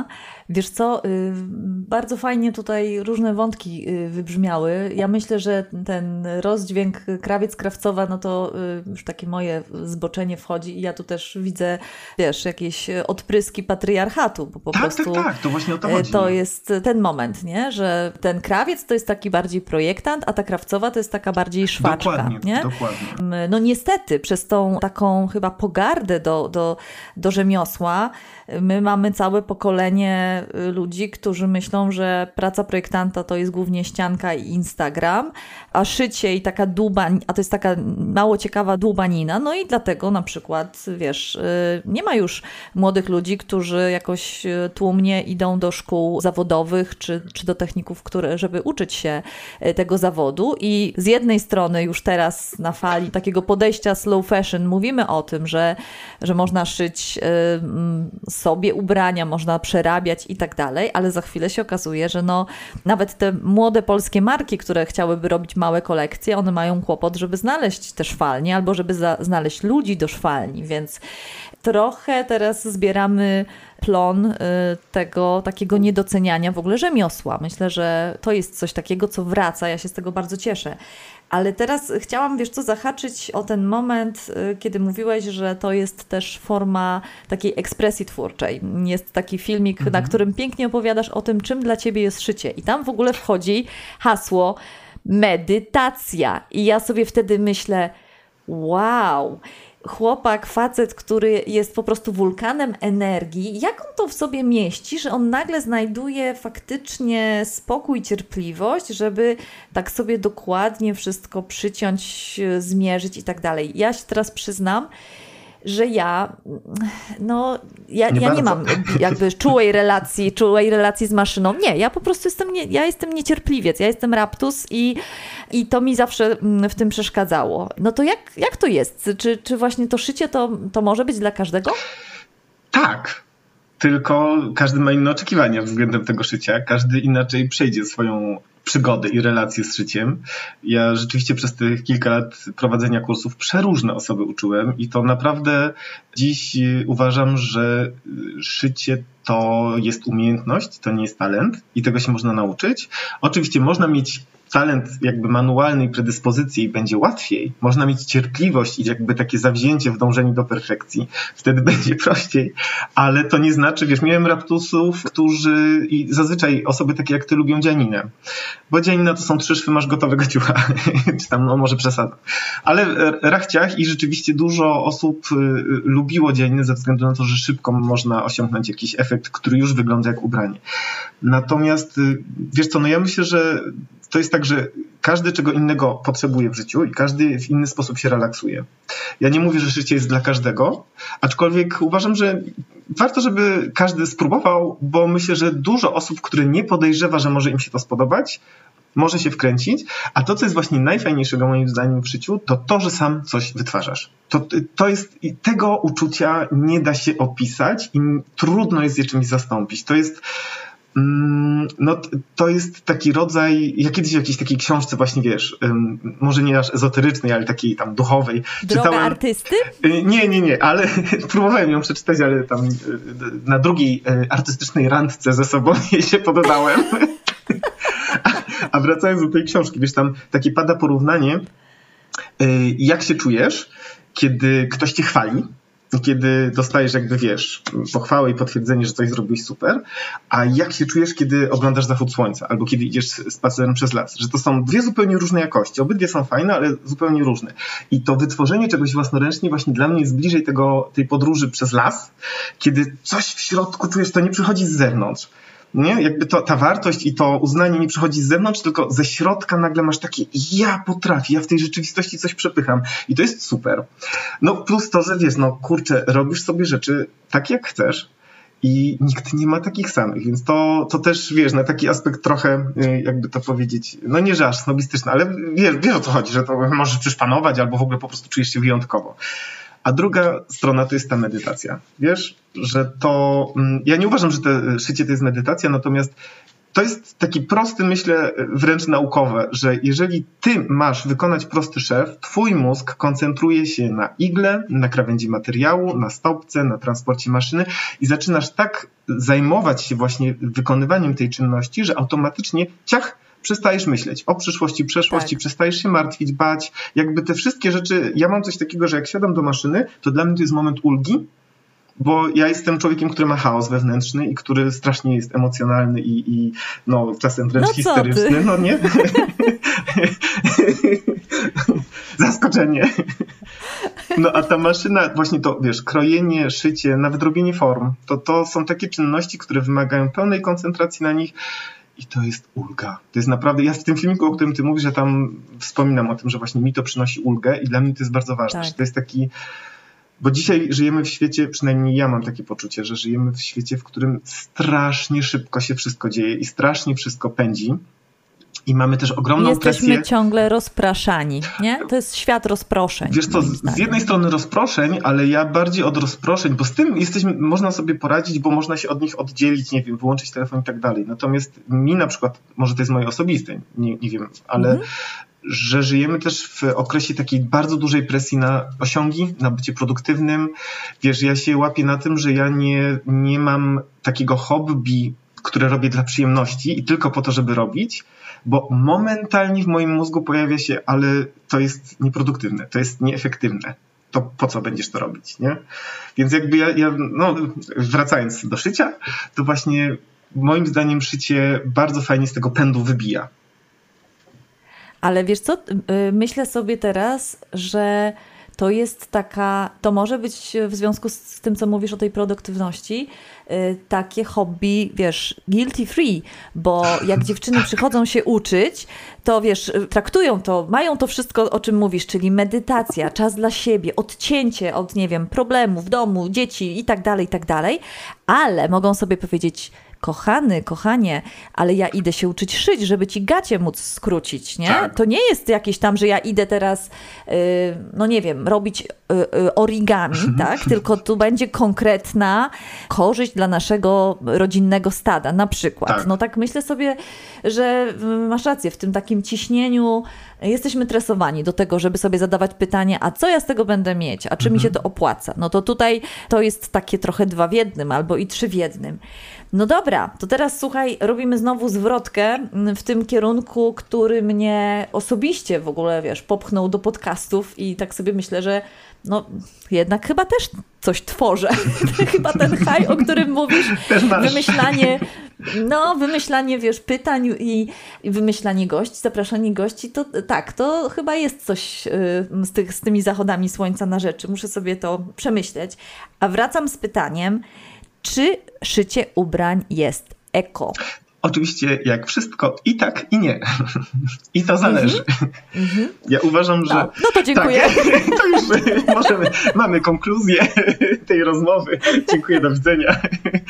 Wiesz co, bardzo fajnie tutaj różne wątki wybrzmiały. Ja myślę, że ten rozdźwięk krawiec-krawcowa, no to już takie moje zboczenie wchodzi i ja tu też widzę, wiesz, jakieś odpryski patriarchatu, bo po tak, prostu tak, tak, to właśnie o to chodzi. To jest ten moment, nie? Że ten krawiec to jest taki bardziej projektant, a ta krawcowa to jest taka bardziej szwaczka. Dokładnie, nie? dokładnie. No niestety, przez tą taką chyba pogardę do, do, do rzemiosła, my mamy całe pokolenie ludzi, którzy myślą, że praca projektanta to jest głównie ścianka i Instagram, a szycie i taka dłuba, a to jest taka mało ciekawa dłubanina, no i dlatego na przykład, wiesz, nie ma już młodych ludzi, którzy jakoś tłumnie idą do szkół zawodowych, czy, czy do techników, które, żeby uczyć się tego zawodu i z jednej strony już teraz na fali takiego podejścia slow fashion mówimy o tym, że, że można szyć y, sobie ubrania, można przerabiać i tak dalej, ale za chwilę się okazuje, że no, nawet te młode polskie marki, które chciałyby robić małe kolekcje, one mają kłopot, żeby znaleźć te szwalnie albo żeby za, znaleźć ludzi do szwalni, więc trochę teraz zbieramy plon y, tego takiego niedoceniania w ogóle rzemiosła. Myślę, że to jest coś takiego, co wraca. Ja się z tego bardzo cieszę. Ale teraz chciałam, wiesz co, zahaczyć o ten moment, y, kiedy mówiłeś, że to jest też forma takiej ekspresji twórczej. Jest taki filmik, mhm. na którym pięknie opowiadasz o tym, czym dla ciebie jest szycie. I tam w ogóle wchodzi hasło medytacja. I ja sobie wtedy myślę, wow, chłopak, facet, który jest po prostu wulkanem energii, jak on to w sobie mieści, że on nagle znajduje faktycznie spokój, cierpliwość, żeby tak sobie dokładnie wszystko przyciąć, zmierzyć i tak dalej. Ja się teraz przyznam, że ja, no, ja nie, ja nie mam jakby czułej relacji, czułej relacji z maszyną. Nie, ja po prostu jestem, nie, ja jestem niecierpliwiec, ja jestem raptus i, i to mi zawsze w tym przeszkadzało. No to jak, jak to jest? Czy, czy właśnie to szycie to, to może być dla każdego? Tak, tylko każdy ma inne oczekiwania względem tego szycia. Każdy inaczej przejdzie swoją przygodę i relacje z szyciem. Ja rzeczywiście przez tych kilka lat prowadzenia kursów przeróżne osoby uczyłem i to naprawdę dziś uważam, że szycie to jest umiejętność, to nie jest talent i tego się można nauczyć. Oczywiście można mieć talent jakby manualny i predyspozycję i będzie łatwiej. Można mieć cierpliwość i jakby takie zawzięcie w dążeniu do perfekcji. Wtedy będzie prościej. Ale to nie znaczy, wiesz, miałem raptusów, którzy i zazwyczaj osoby takie jak ty lubią dzianinę. Bo dzianina to są trzy szwy, masz gotowego ciucha. Czy tam, no może przesada. Ale rachciach i rzeczywiście dużo osób lubiło dzianinę ze względu na to, że szybko można osiągnąć jakiś efekt, który już wygląda jak ubranie. Natomiast wiesz co, no ja myślę, że to jest tak, że każdy czego innego potrzebuje w życiu i każdy w inny sposób się relaksuje. Ja nie mówię, że szycie jest dla każdego, aczkolwiek uważam, że warto, żeby każdy spróbował, bo myślę, że dużo osób, które nie podejrzewa, że może im się to spodobać, może się wkręcić, a to, co jest właśnie najfajniejszego moim zdaniem w życiu, to to, że sam coś wytwarzasz. To, to jest, tego uczucia nie da się opisać i trudno jest je czymś zastąpić. To jest No to jest taki rodzaj, ja kiedyś w jakiejś takiej książce właśnie, wiesz, może nie aż ezoterycznej, ale takiej tam duchowej. Droga czytałem, artysty? Nie, nie, nie, ale próbowałem ją przeczytać, ale tam na drugiej artystycznej randce ze sobą jej się poddałem. A wracając do tej książki, wiesz, tam takie pada porównanie, jak się czujesz, kiedy ktoś cię chwali, kiedy dostajesz jakby, wiesz, pochwałę i potwierdzenie, że coś zrobiłeś super, a jak się czujesz, kiedy oglądasz zachód słońca albo kiedy idziesz spacerem przez las, że to są dwie zupełnie różne jakości, obydwie są fajne, ale zupełnie różne. I to wytworzenie czegoś własnoręcznie właśnie dla mnie jest bliżej tego, tej podróży przez las, kiedy coś w środku czujesz, to nie przychodzi z zewnątrz. Nie? Jakby to, ta wartość i to uznanie nie przychodzi z zewnątrz, tylko ze środka nagle masz takie, ja potrafię, ja w tej rzeczywistości coś przepycham i to jest super. No plus to, że wiesz, no kurczę, robisz sobie rzeczy tak jak chcesz i nikt nie ma takich samych, więc to, to też, wiesz, na taki aspekt trochę, jakby to powiedzieć, no nie że aż snobistyczny, ale wiesz, wiesz o co chodzi, że to możesz przyszpanować albo w ogóle po prostu czujesz się wyjątkowo. A druga strona to jest ta medytacja. Wiesz, że to... Ja nie uważam, że to szycie to jest medytacja, natomiast to jest taki prosty, myślę, wręcz naukowe, że jeżeli ty masz wykonać prosty szef, twój mózg koncentruje się na igle, na krawędzi materiału, na stopce, na transporcie maszyny i zaczynasz tak zajmować się właśnie wykonywaniem tej czynności, że automatycznie ciach, przestajesz myśleć o przyszłości, przeszłości, tak. Przestajesz się martwić, bać. Jakby te wszystkie rzeczy, ja mam coś takiego, że jak siadam do maszyny, to dla mnie to jest moment ulgi, bo ja jestem człowiekiem, który ma chaos wewnętrzny i który strasznie jest emocjonalny i, i no, czasem wręcz no histeryczny. No nie? Zaskoczenie. No a ta maszyna, właśnie to, wiesz, krojenie, szycie, nawet robienie form, to, to są takie czynności, które wymagają pełnej koncentracji na nich. I to jest ulga. To jest naprawdę, ja w tym filmiku, o którym ty mówisz, ja tam wspominam o tym, że właśnie mi to przynosi ulgę i dla mnie to jest bardzo ważne, tak. Że to jest taki, bo dzisiaj żyjemy w świecie, przynajmniej ja mam takie poczucie, że żyjemy w świecie, w którym strasznie szybko się wszystko dzieje i strasznie wszystko pędzi. I mamy też ogromną Jesteśmy presję. Jesteśmy ciągle rozpraszani, nie? To jest świat rozproszeń. Wiesz co, z, z jednej strony rozproszeń, ale ja bardziej od rozproszeń, bo z tym jesteśmy, można sobie poradzić, bo można się od nich oddzielić, nie wiem, wyłączyć telefon i tak dalej. Natomiast mi na przykład, może to jest moje osobiste, nie, nie wiem, ale mhm. że żyjemy też w okresie takiej bardzo dużej presji na osiągi, na bycie produktywnym. Wiesz, ja się łapię na tym, że ja nie, nie mam takiego hobby, które robię dla przyjemności i tylko po to, żeby robić, bo momentalnie w moim mózgu pojawia się, ale to jest nieproduktywne, to jest nieefektywne. To po co będziesz to robić, nie? Więc jakby ja, ja no, wracając do szycia, to właśnie moim zdaniem szycie bardzo fajnie z tego pędu wybija. Ale wiesz co, myślę sobie teraz, że to jest taka, to może być w związku z tym, co mówisz o tej produktywności, takie hobby, wiesz, guilty free, bo jak dziewczyny przychodzą się uczyć, to wiesz, traktują to, mają to wszystko, o czym mówisz, czyli medytacja, czas dla siebie, odcięcie od, nie wiem, problemów, domu, dzieci i tak dalej, i tak dalej, ale mogą sobie powiedzieć: kochany, kochanie, ale ja idę się uczyć szyć, żeby ci gacie móc skrócić, nie? Tak. To nie jest jakieś tam, że ja idę teraz, yy, no nie wiem, robić yy, yy, origami, tak? Tylko tu będzie konkretna korzyść dla naszego rodzinnego stada, na przykład. Tak. No tak myślę sobie, że masz rację, w tym takim ciśnieniu jesteśmy tresowani do tego, żeby sobie zadawać pytanie, a co ja z tego będę mieć, a czy mhm. mi się to opłaca? No to tutaj to jest takie trochę dwa w jednym albo i trzy w jednym. No dobra, to teraz słuchaj, robimy znowu zwrotkę w tym kierunku, który mnie osobiście w ogóle, wiesz, popchnął do podcastów i tak sobie myślę, że no jednak chyba też coś tworzę. Chyba ten haj, o którym mówisz, wymyślanie, no wymyślanie, wiesz, pytań i, i wymyślanie gości, zapraszanie gości, to tak, to chyba jest coś y, z, tych, z tymi zachodami słońca na rzeczy. Muszę sobie to przemyśleć. A wracam z pytaniem, czy szycie ubrań jest eko? Oczywiście jak wszystko i tak i nie. I to zależy. Mm-hmm. Ja uważam, że... No, no to dziękuję. Tak, to już możemy, mamy konkluzję tej rozmowy. Dziękuję, do widzenia.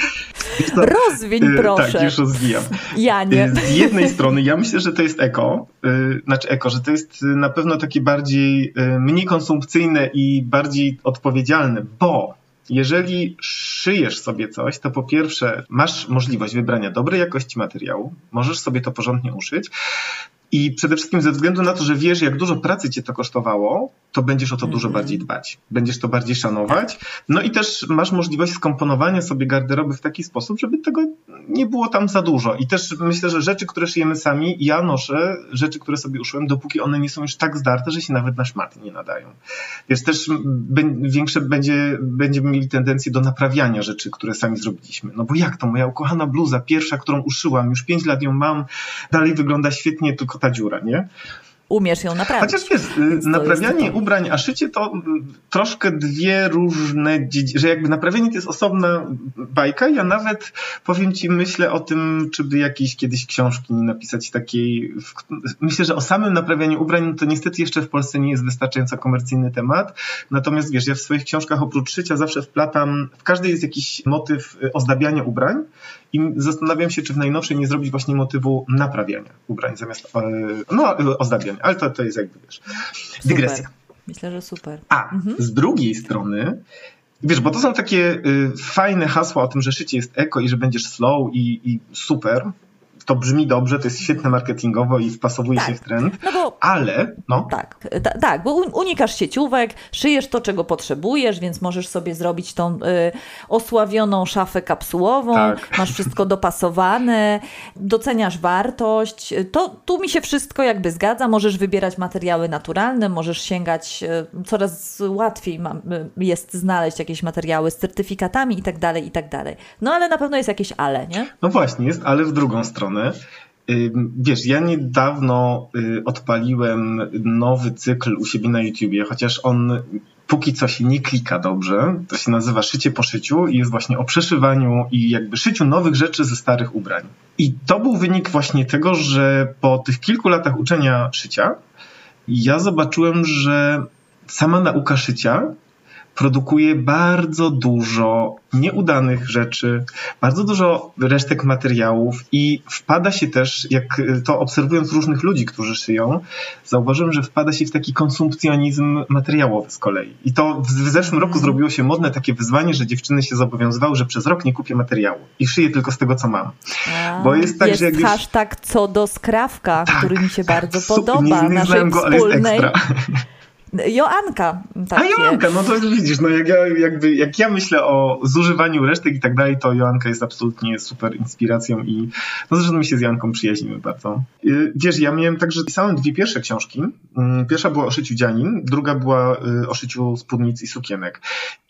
To, Rozwiń proszę. Tak, już rozwijam. Ja nie. Z jednej strony ja myślę, że to jest eko, znaczy eko, że to jest na pewno takie bardziej mniej konsumpcyjne i bardziej odpowiedzialne, bo jeżeli szyjesz sobie coś, to po pierwsze masz możliwość wybrania dobrej jakości materiału, możesz sobie to porządnie uszyć i przede wszystkim ze względu na to, że wiesz, jak dużo pracy cię to kosztowało, to będziesz o to mm-hmm. dużo bardziej dbać, będziesz to bardziej szanować. No i też masz możliwość skomponowania sobie garderoby w taki sposób, żeby tego nie było tam za dużo. I też myślę, że rzeczy, które szyjemy sami, ja noszę rzeczy, które sobie uszyłem, dopóki one nie są już tak zdarte, że się nawet na szmaty nie nadają. Wiesz, też większe będzie, będziemy mieli tendencję do naprawiania rzeczy, które sami zrobiliśmy. No bo jak to? Moja ukochana bluza, pierwsza, którą uszyłam, już pięć lat ją mam, dalej wygląda świetnie, tylko ta dziura, nie? Umiesz ją naprawić. Chociaż wiesz, naprawianie ubrań, a szycie to troszkę dwie różne dziedziny, że jakby naprawianie to jest osobna bajka. Ja nawet, powiem ci, myślę o tym, czy by jakieś kiedyś książki napisać takiej. Myślę, że o samym naprawianiu ubrań to niestety jeszcze w Polsce nie jest wystarczająco komercyjny temat. Natomiast wiesz, ja w swoich książkach oprócz szycia zawsze wplatam, w każdej jest jakiś motyw ozdabiania ubrań i zastanawiam się, czy w najnowszej nie zrobić właśnie motywu naprawiania ubrań zamiast no, ozdabiania. Ale to, to jest jakby, wiesz, dygresja. Super. Myślę, że super. A mhm. z drugiej strony, wiesz, bo to są takie y, fajne hasła o tym, że szycie jest eko i że będziesz slow i, i super, to brzmi dobrze, to jest świetne marketingowo i wpasowuje tak. się w trend, no bo, ale... No. Tak, ta, tak, bo unikasz sieciówek, szyjesz to, czego potrzebujesz, więc możesz sobie zrobić tą y, osławioną szafę kapsułową, tak. masz wszystko dopasowane, doceniasz wartość, to tu mi się wszystko jakby zgadza, możesz wybierać materiały naturalne, możesz sięgać, y, coraz łatwiej ma, y, jest znaleźć jakieś materiały z certyfikatami i tak dalej, i tak dalej. No ale na pewno jest jakieś ale, nie? No właśnie, jest ale w drugą stronę. Wiesz, ja niedawno odpaliłem nowy cykl u siebie na YouTubie, chociaż on póki co się nie klika dobrze. To się nazywa Szycie po szyciu i jest właśnie o przeszywaniu i jakby szyciu nowych rzeczy ze starych ubrań. I to był wynik właśnie tego, że po tych kilku latach uczenia szycia ja zobaczyłem, że sama nauka szycia produkuje bardzo dużo nieudanych rzeczy, bardzo dużo resztek materiałów i wpada się też, jak to obserwując różnych ludzi, którzy szyją, zauważyłem, że wpada się w taki konsumpcjonizm materiałowy z kolei. I to w, w zeszłym roku zrobiło się modne takie wyzwanie, że dziewczyny się zobowiązywały, że przez rok nie kupię materiału i szyję tylko z tego, co mam. A, Bo jest tak, jest że jak hashtag już... co do skrawka, tak, który mi się tak, bardzo su- podoba. Nie, nie naszej go, wspólnej... ale jest ekstra. Joanka. Takie. A Joanka, no to widzisz, no jak ja, jakby, jak ja myślę o zużywaniu resztek i tak dalej, to Joanka jest absolutnie super inspiracją i no zresztą my się z Joanką przyjaźnimy bardzo. Wiesz, ja miałem także, pisałem dwie pierwsze książki. Pierwsza była o szyciu dzianin, druga była o szyciu spódnic i sukienek.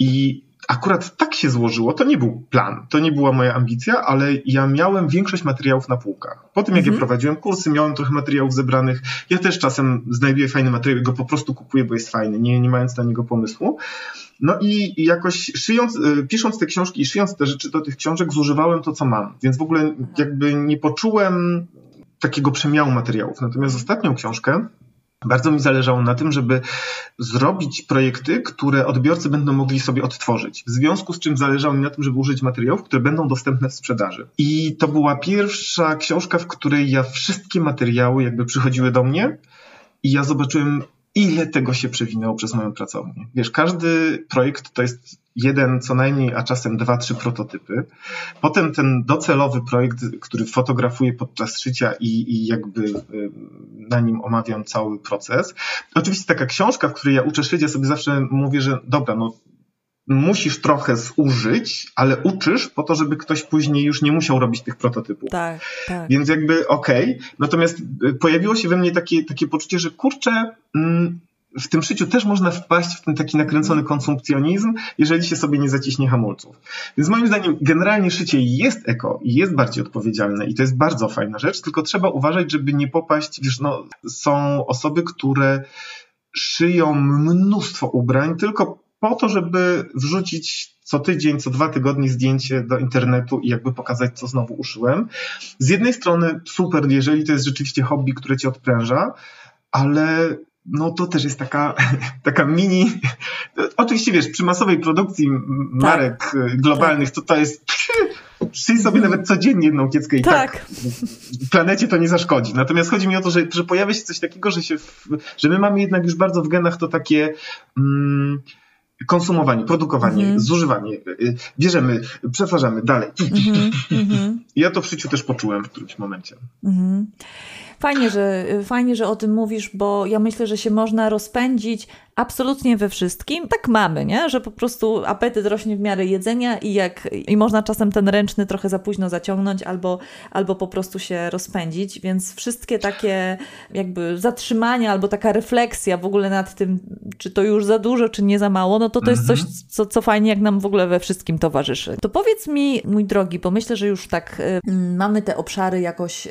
I akurat tak się złożyło, to nie był plan, to nie była moja ambicja, ale ja miałem większość materiałów na półkach. Po tym jak mhm. ja prowadziłem kursy, miałem trochę materiałów zebranych. Ja też czasem znajduję fajny materiał i go po prostu kupuję, bo jest fajny, nie, nie mając na niego pomysłu. No i jakoś szyjąc, pisząc te książki i szyjąc te rzeczy do tych książek, zużywałem to, co mam. Więc w ogóle jakby nie poczułem takiego przemiału materiałów. Natomiast ostatnią książkę bardzo mi zależało na tym, żeby zrobić projekty, które odbiorcy będą mogli sobie odtworzyć. W związku z czym zależało mi na tym, żeby użyć materiałów, które będą dostępne w sprzedaży. I to była pierwsza książka, w której ja wszystkie materiały jakby przychodziły do mnie i ja zobaczyłem, ile tego się przewinęło przez moją pracownię. Wiesz, każdy projekt to jest jeden, co najmniej, a czasem dwa, trzy prototypy. Potem ten docelowy projekt, który fotografuję podczas szycia i, i jakby na nim omawiam cały proces. Oczywiście taka książka, w której ja uczę szyć, ja sobie zawsze mówię, że dobra, no musisz trochę zużyć, ale uczysz po to, żeby ktoś później już nie musiał robić tych prototypów. Tak, tak. Więc jakby okej. Okay. Natomiast pojawiło się we mnie takie, takie poczucie, że kurczę, mm, w tym szyciu też można wpaść w ten taki nakręcony konsumpcjonizm, jeżeli się sobie nie zaciśnie hamulców. Więc moim zdaniem generalnie szycie jest eko i jest bardziej odpowiedzialne i to jest bardzo fajna rzecz, tylko trzeba uważać, żeby nie popaść, wiesz, no są osoby, które szyją mnóstwo ubrań tylko po to, żeby wrzucić co tydzień, co dwa tygodnie zdjęcie do internetu i jakby pokazać, co znowu uszyłem. Z jednej strony super, jeżeli to jest rzeczywiście hobby, które cię odpręża, ale no to też jest taka, taka mini... Oczywiście wiesz, przy masowej produkcji marek tak, globalnych tak. to to jest... Szyj sobie nawet codziennie jedną kieckę i tak. tak planecie to nie zaszkodzi. Natomiast chodzi mi o to, że, że pojawia się coś takiego, że, się w, że my mamy jednak już bardzo w genach to takie... Mm, konsumowanie, produkowanie, mm-hmm. zużywanie, bierzemy, przetwarzamy dalej. Mm-hmm. Ja to w życiu też poczułem w którymś momencie. Mm-hmm. Fajnie, że, fajnie, że o tym mówisz, bo ja myślę, że się można rozpędzić absolutnie we wszystkim. Tak mamy, nie? Że po prostu apetyt rośnie w miarę jedzenia i, jak, i można czasem ten ręczny trochę za późno zaciągnąć albo, albo po prostu się rozpędzić, więc wszystkie takie jakby zatrzymania albo taka refleksja w ogóle nad tym, czy to już za dużo, czy nie za mało, no to to jest coś, co, co fajnie jak nam w ogóle we wszystkim towarzyszy. To powiedz mi, mój drogi, bo myślę, że już tak y, mamy te obszary jakoś y,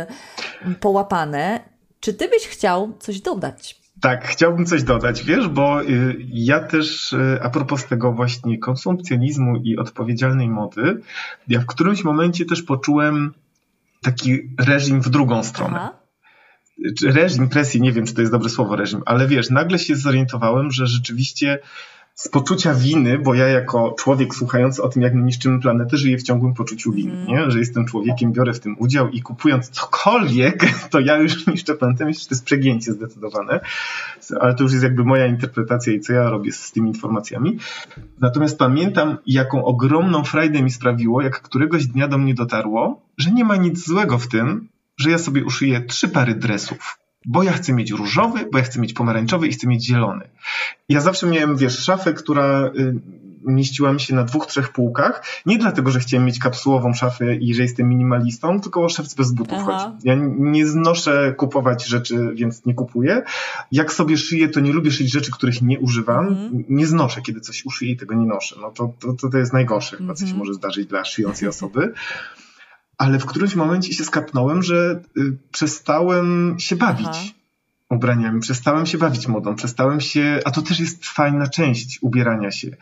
połapane. Czy ty byś chciał coś dodać? Tak, chciałbym coś dodać, wiesz, bo y, ja też y, a propos tego właśnie konsumpcjonizmu i odpowiedzialnej mody, ja w którymś momencie też poczułem taki reżim w drugą stronę. Aha. Reżim, presji, nie wiem, czy to jest dobre słowo reżim, ale wiesz, nagle się zorientowałem, że rzeczywiście z poczucia winy, bo ja jako człowiek słuchający o tym, jak my niszczymy planetę, żyję w ciągłym poczuciu winy, mm. nie? Że jestem człowiekiem, biorę w tym udział i kupując cokolwiek, to ja już niszczę planetę. Myślę, że to jest przegięcie zdecydowane, ale to już jest jakby moja interpretacja i co ja robię z tymi informacjami. Natomiast pamiętam, jaką ogromną frajdę mi sprawiło, jak któregoś dnia do mnie dotarło, że nie ma nic złego w tym, że ja sobie uszyję trzy pary dresów. Bo ja chcę mieć różowy, bo ja chcę mieć pomarańczowy i chcę mieć zielony. Ja zawsze miałem, wiesz, szafę, która y, mieściła mi się na dwóch, trzech półkach. Nie dlatego, że chciałem mieć kapsułową szafę i że jestem minimalistą, tylko o szafce bez butów Aha. chodzi. Ja nie znoszę kupować rzeczy, więc nie kupuję. Jak sobie szyję, to nie lubię szyć rzeczy, których nie używam. Mhm. Nie znoszę, kiedy coś uszyję i tego nie noszę. No to, to, to jest najgorsze chyba, co się może zdarzyć dla szyjącej osoby. Ale w którymś momencie się skapnąłem, że y, przestałem się bawić Aha. ubraniami, przestałem się bawić modą, przestałem się, a to też jest fajna część ubierania się.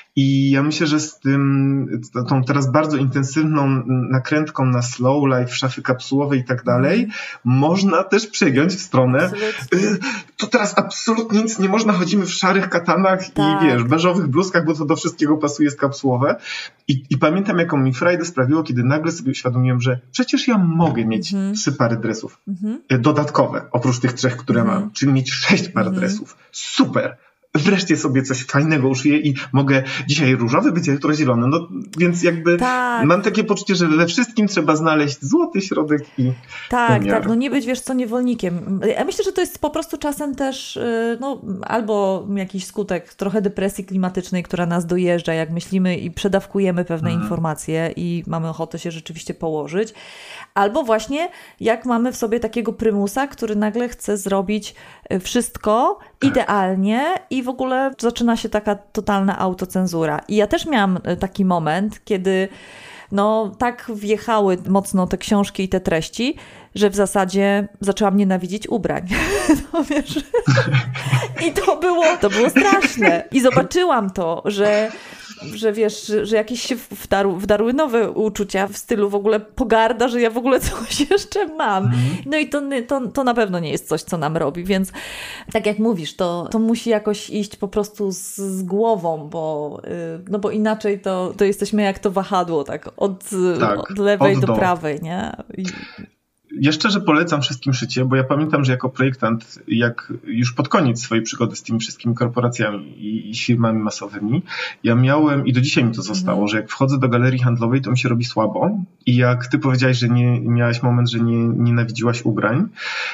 I ja myślę, że z tym, tą teraz bardzo intensywną nakrętką na slow life, szafy kapsułowe i tak dalej, mm. można też przegiąć w stronę, y, to teraz absolutnie nic nie można, chodzimy w szarych katanach tak. i wiesz, beżowych bluzkach, bo to do wszystkiego pasuje, jest kapsułowe. I, I pamiętam, jaką mi frajdę sprawiło, kiedy nagle sobie uświadomiłem, że przecież ja mogę mieć mm-hmm. trzy pary dresów mm-hmm. dodatkowe, oprócz tych trzech, które mm-hmm. mam, czyli mieć sześć par mm-hmm. dresów. Super! Wreszcie sobie coś fajnego uszyję i mogę dzisiaj różowy być, a jutro zielony. No więc jakby tak. mam takie poczucie, że we wszystkim trzeba znaleźć złoty środek i Tak, umiar. tak, no nie być, wiesz co, niewolnikiem. Ja myślę, że to jest po prostu czasem też no, albo jakiś skutek trochę depresji klimatycznej, która nas dojeżdża, jak myślimy i przedawkujemy pewne hmm. informacje i mamy ochotę się rzeczywiście położyć. Albo właśnie jak mamy w sobie takiego prymusa, który nagle chce zrobić wszystko tak. idealnie i w ogóle zaczyna się taka totalna autocenzura. I ja też miałam taki moment, kiedy no tak wjechały mocno te książki i te treści, że w zasadzie zaczęłam nienawidzić ubrań. No, wiesz? I to było, to było straszne. I zobaczyłam to, że że wiesz, że, że jakieś się wdarł, wdarły nowe uczucia w stylu w ogóle pogarda, że ja w ogóle coś jeszcze mam. No i to, to, to na pewno nie jest coś, co nam robi, więc tak jak mówisz, to, to musi jakoś iść po prostu z, z głową, bo, no bo inaczej to, to jesteśmy jak to wahadło, tak od, tak, od lewej od do, do prawej, nie? I... Ja szczerze polecam wszystkim szycie, bo ja pamiętam, że jako projektant, jak już pod koniec swojej przygody z tymi wszystkimi korporacjami i, i firmami masowymi, ja miałem, i do dzisiaj mi to zostało, mm. że jak wchodzę do galerii handlowej, to mi się robi słabo. I jak ty powiedziałaś, że nie miałaś moment, że nie nienawidziłaś ubrań,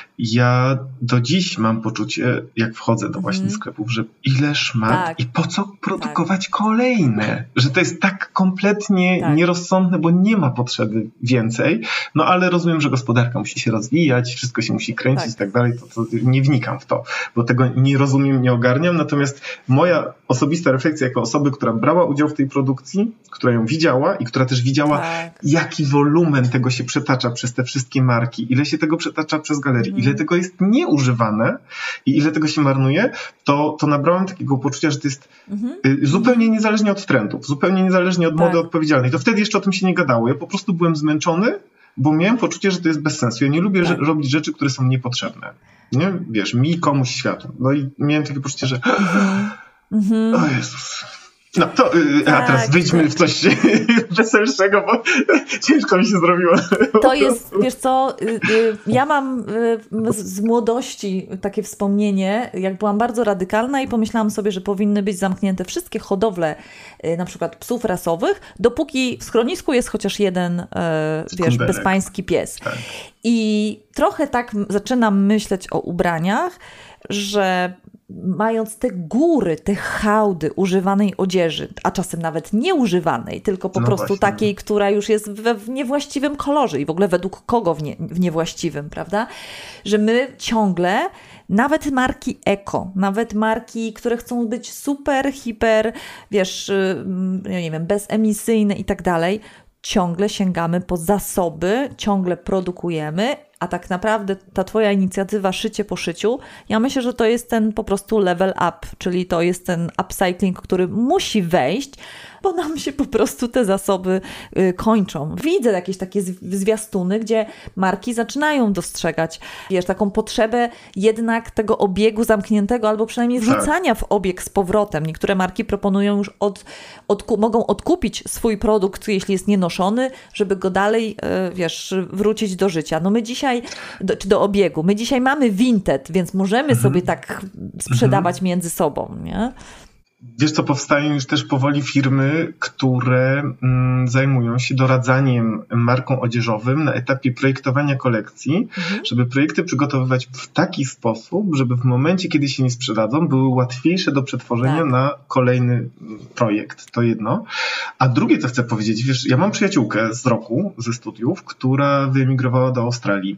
ja do dziś mam poczucie, jak wchodzę do właśnie mm. sklepów, że ile szmat tak. i po co produkować tak. kolejne? Że to jest tak kompletnie tak. nierozsądne, bo nie ma potrzeby więcej. No ale rozumiem, że gospodarka musi się rozwijać, wszystko się musi kręcić tak. i tak dalej, to, to nie wnikam w to, bo tego nie rozumiem, nie ogarniam, natomiast moja osobista refleksja jako osoby, która brała udział w tej produkcji, która ją widziała i która też widziała, tak. jaki wolumen tego się przetacza przez te wszystkie marki, ile się tego przetacza przez galerie, mm. ile tego jest nieużywane i ile tego się marnuje, to, to nabrałem takiego poczucia, że to jest mm-hmm. zupełnie niezależnie od trendów, zupełnie niezależnie od tak. mody odpowiedzialnej. To wtedy jeszcze o tym się nie gadało. Ja po prostu byłem zmęczony, bo miałem poczucie, że to jest bez sensu. Ja nie lubię tak. robić rzeczy, które są niepotrzebne. Nie? Wiesz, mi, komuś, światu. No i miałem takie poczucie, że mm-hmm. o Jezus. No to, tak, a teraz wyjdźmy tak. w coś weselszego, bo ciężko mi się zrobiło. To jest, wiesz co, ja mam z młodości takie wspomnienie, jak byłam bardzo radykalna i pomyślałam sobie, że powinny być zamknięte wszystkie hodowle, na przykład psów rasowych, dopóki w schronisku jest chociaż jeden, wiesz, bezpański pies. Tak. I trochę tak zaczynam myśleć o ubraniach, że mając te góry, te hałdy używanej odzieży, a czasem nawet nieużywanej, tylko po no prostu właśnie. takiej, która już jest we, w niewłaściwym kolorze i w ogóle według kogo w, nie, w niewłaściwym, prawda? Że my ciągle, nawet marki eko, nawet marki, które chcą być super, hiper, wiesz, ja nie wiem, bezemisyjne i tak dalej, ciągle sięgamy po zasoby, ciągle produkujemy, a tak naprawdę ta twoja inicjatywa szycie po szyciu, ja myślę, że to jest ten po prostu level up, czyli to jest ten upcycling, który musi wejść, bo nam się po prostu te zasoby y, kończą. Widzę jakieś takie zwiastuny, gdzie marki zaczynają dostrzegać, wiesz, taką potrzebę jednak tego obiegu zamkniętego, albo przynajmniej wrzucania w obieg z powrotem. Niektóre marki proponują już, od, odku- mogą odkupić swój produkt, jeśli jest nienoszony, żeby go dalej, y, wiesz, wrócić do życia. No my dzisiaj, do, czy do obiegu, my dzisiaj mamy Vinted, więc możemy mhm. sobie tak sprzedawać mhm. między sobą, nie? Wiesz co, powstają już też powoli firmy, które mm, zajmują się doradzaniem markom odzieżowym na etapie projektowania kolekcji, mhm. żeby projekty przygotowywać w taki sposób, żeby w momencie, kiedy się nie sprzedadzą, były łatwiejsze do przetworzenia tak. na kolejny projekt. To jedno. A drugie, co chcę powiedzieć, wiesz, ja mam przyjaciółkę z roku, ze studiów, która wyemigrowała do Australii.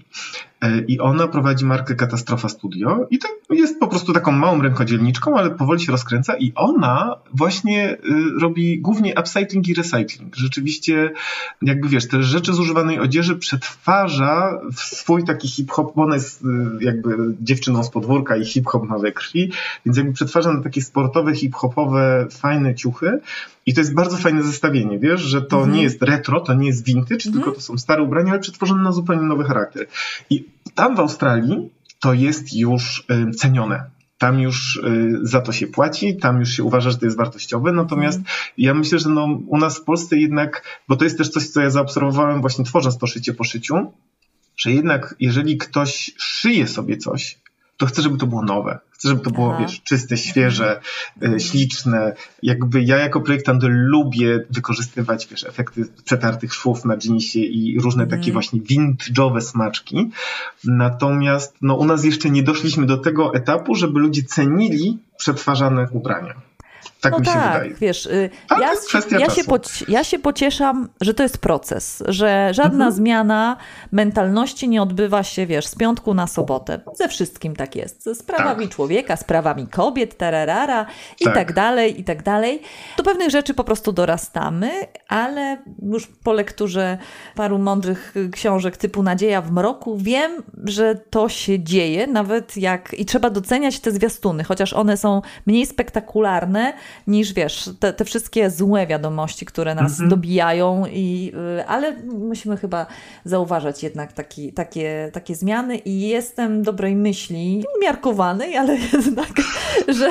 I ona prowadzi markę Katastrofa Studio i to jest po prostu taką małą rękodzielniczką, ale powoli się rozkręca i ona właśnie robi głównie upcycling i recycling. Rzeczywiście jakby wiesz, te rzeczy z używanej odzieży przetwarza w swój taki hip-hop, ona jest jakby dziewczyną z podwórka i hip-hop ma we krwi, więc jakby przetwarza na takie sportowe, hip-hopowe, fajne ciuchy. I to jest bardzo fajne zestawienie, wiesz, że to mhm. nie jest retro, to nie jest vintage, mhm. tylko to są stare ubrania, ale przetworzone na zupełnie nowy charakter. I tam w Australii to jest już y, cenione. Tam już y, za to się płaci, tam już się uważa, że to jest wartościowe. Natomiast mhm. ja myślę, że no, u nas w Polsce jednak, bo to jest też coś, co ja zaobserwowałem właśnie tworząc to szycie po szyciu, że jednak jeżeli ktoś szyje sobie coś, to chcę, żeby to było nowe. Chcę, żeby to było, Aha. wiesz, czyste, świeże, mhm. śliczne. Jakby ja jako projektant lubię wykorzystywać, wiesz, efekty przetartych szwów na dżinsie i różne mhm. takie właśnie vintage'owe smaczki. Natomiast no, u nas jeszcze nie doszliśmy do tego etapu, żeby ludzie cenili przetwarzane ubrania. Tak no mi się tak, wydaje. Wiesz, ja, ja, się poci- ja się pocieszam, że to jest proces, że żadna mhm. zmiana mentalności nie odbywa się, wiesz, z piątku na sobotę. Ze wszystkim tak jest. Z prawami tak. człowieka, z prawami kobiet, tararara i tak. tak dalej, i tak dalej. Do pewnych rzeczy po prostu dorastamy, ale już po lekturze paru mądrych książek typu Nadzieja w mroku wiem, że to się dzieje, nawet jak... I trzeba doceniać te zwiastuny, chociaż one są mniej spektakularne, niż wiesz, te, te wszystkie złe wiadomości, które nas mm-hmm. dobijają, i, y, ale musimy chyba zauważać jednak taki, takie, takie zmiany i jestem dobrej myśli, miarkowanej, ale jednak, że,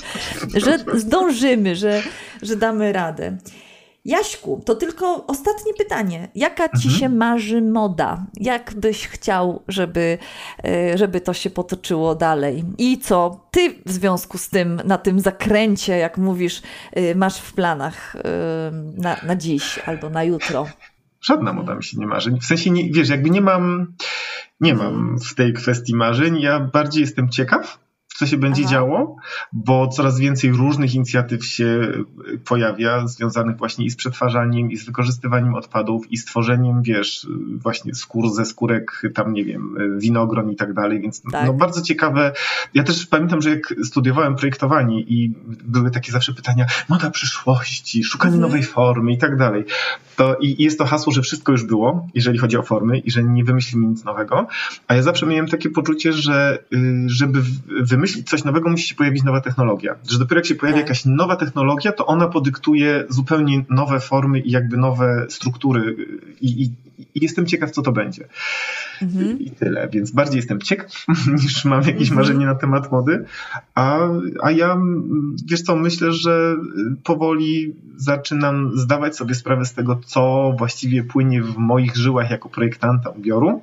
że zdążymy, że, że damy radę. Jaśku, to tylko ostatnie pytanie. Jaka ci mhm. się marzy moda? Jak byś chciał, żeby, żeby to się potoczyło dalej? I co ty w związku z tym, na tym zakręcie, jak mówisz, masz w planach na, na dziś albo na jutro? Żadna moda mi się nie marzy. W sensie, nie, wiesz, jakby nie mam, nie mam w tej kwestii marzeń. Ja bardziej jestem ciekaw, co się będzie Aha. działo, bo coraz więcej różnych inicjatyw się pojawia, związanych właśnie i z przetwarzaniem, i z wykorzystywaniem odpadów, i z tworzeniem, wiesz, właśnie skór ze skórek, tam nie wiem, winogron i tak dalej, więc tak. no bardzo ciekawe. Ja też pamiętam, że jak studiowałem projektowanie i były takie zawsze pytania, moda przyszłości, szukanie mhm. nowej formy i tak dalej. To i jest to hasło, że wszystko już było, jeżeli chodzi o formy i że nie wymyślimy nic nowego, a ja zawsze miałem takie poczucie, że żeby wymyślić coś nowego, musi się pojawić nowa technologia. Że dopiero jak się pojawi tak. jakaś nowa technologia, to ona podyktuje zupełnie nowe formy i jakby nowe struktury i, i, i jestem ciekaw, co to będzie. Mhm. I tyle, więc bardziej jestem ciekaw niż mam jakieś mhm. marzenie na temat mody, a, a ja, wiesz co, myślę, że powoli zaczynam zdawać sobie sprawę z tego, co właściwie płynie w moich żyłach jako projektanta ubioru.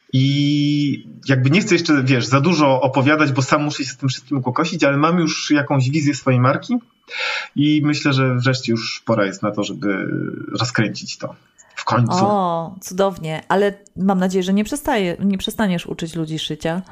I jakby nie chcę jeszcze, wiesz, za dużo opowiadać, bo sam muszę się z tym wszystkim ukokosić, ale mam już jakąś wizję swojej marki i myślę, że wreszcie już pora jest na to, żeby rozkręcić to. W końcu. O, cudownie. Ale mam nadzieję, że nie, przestaje, nie przestaniesz uczyć ludzi szycia.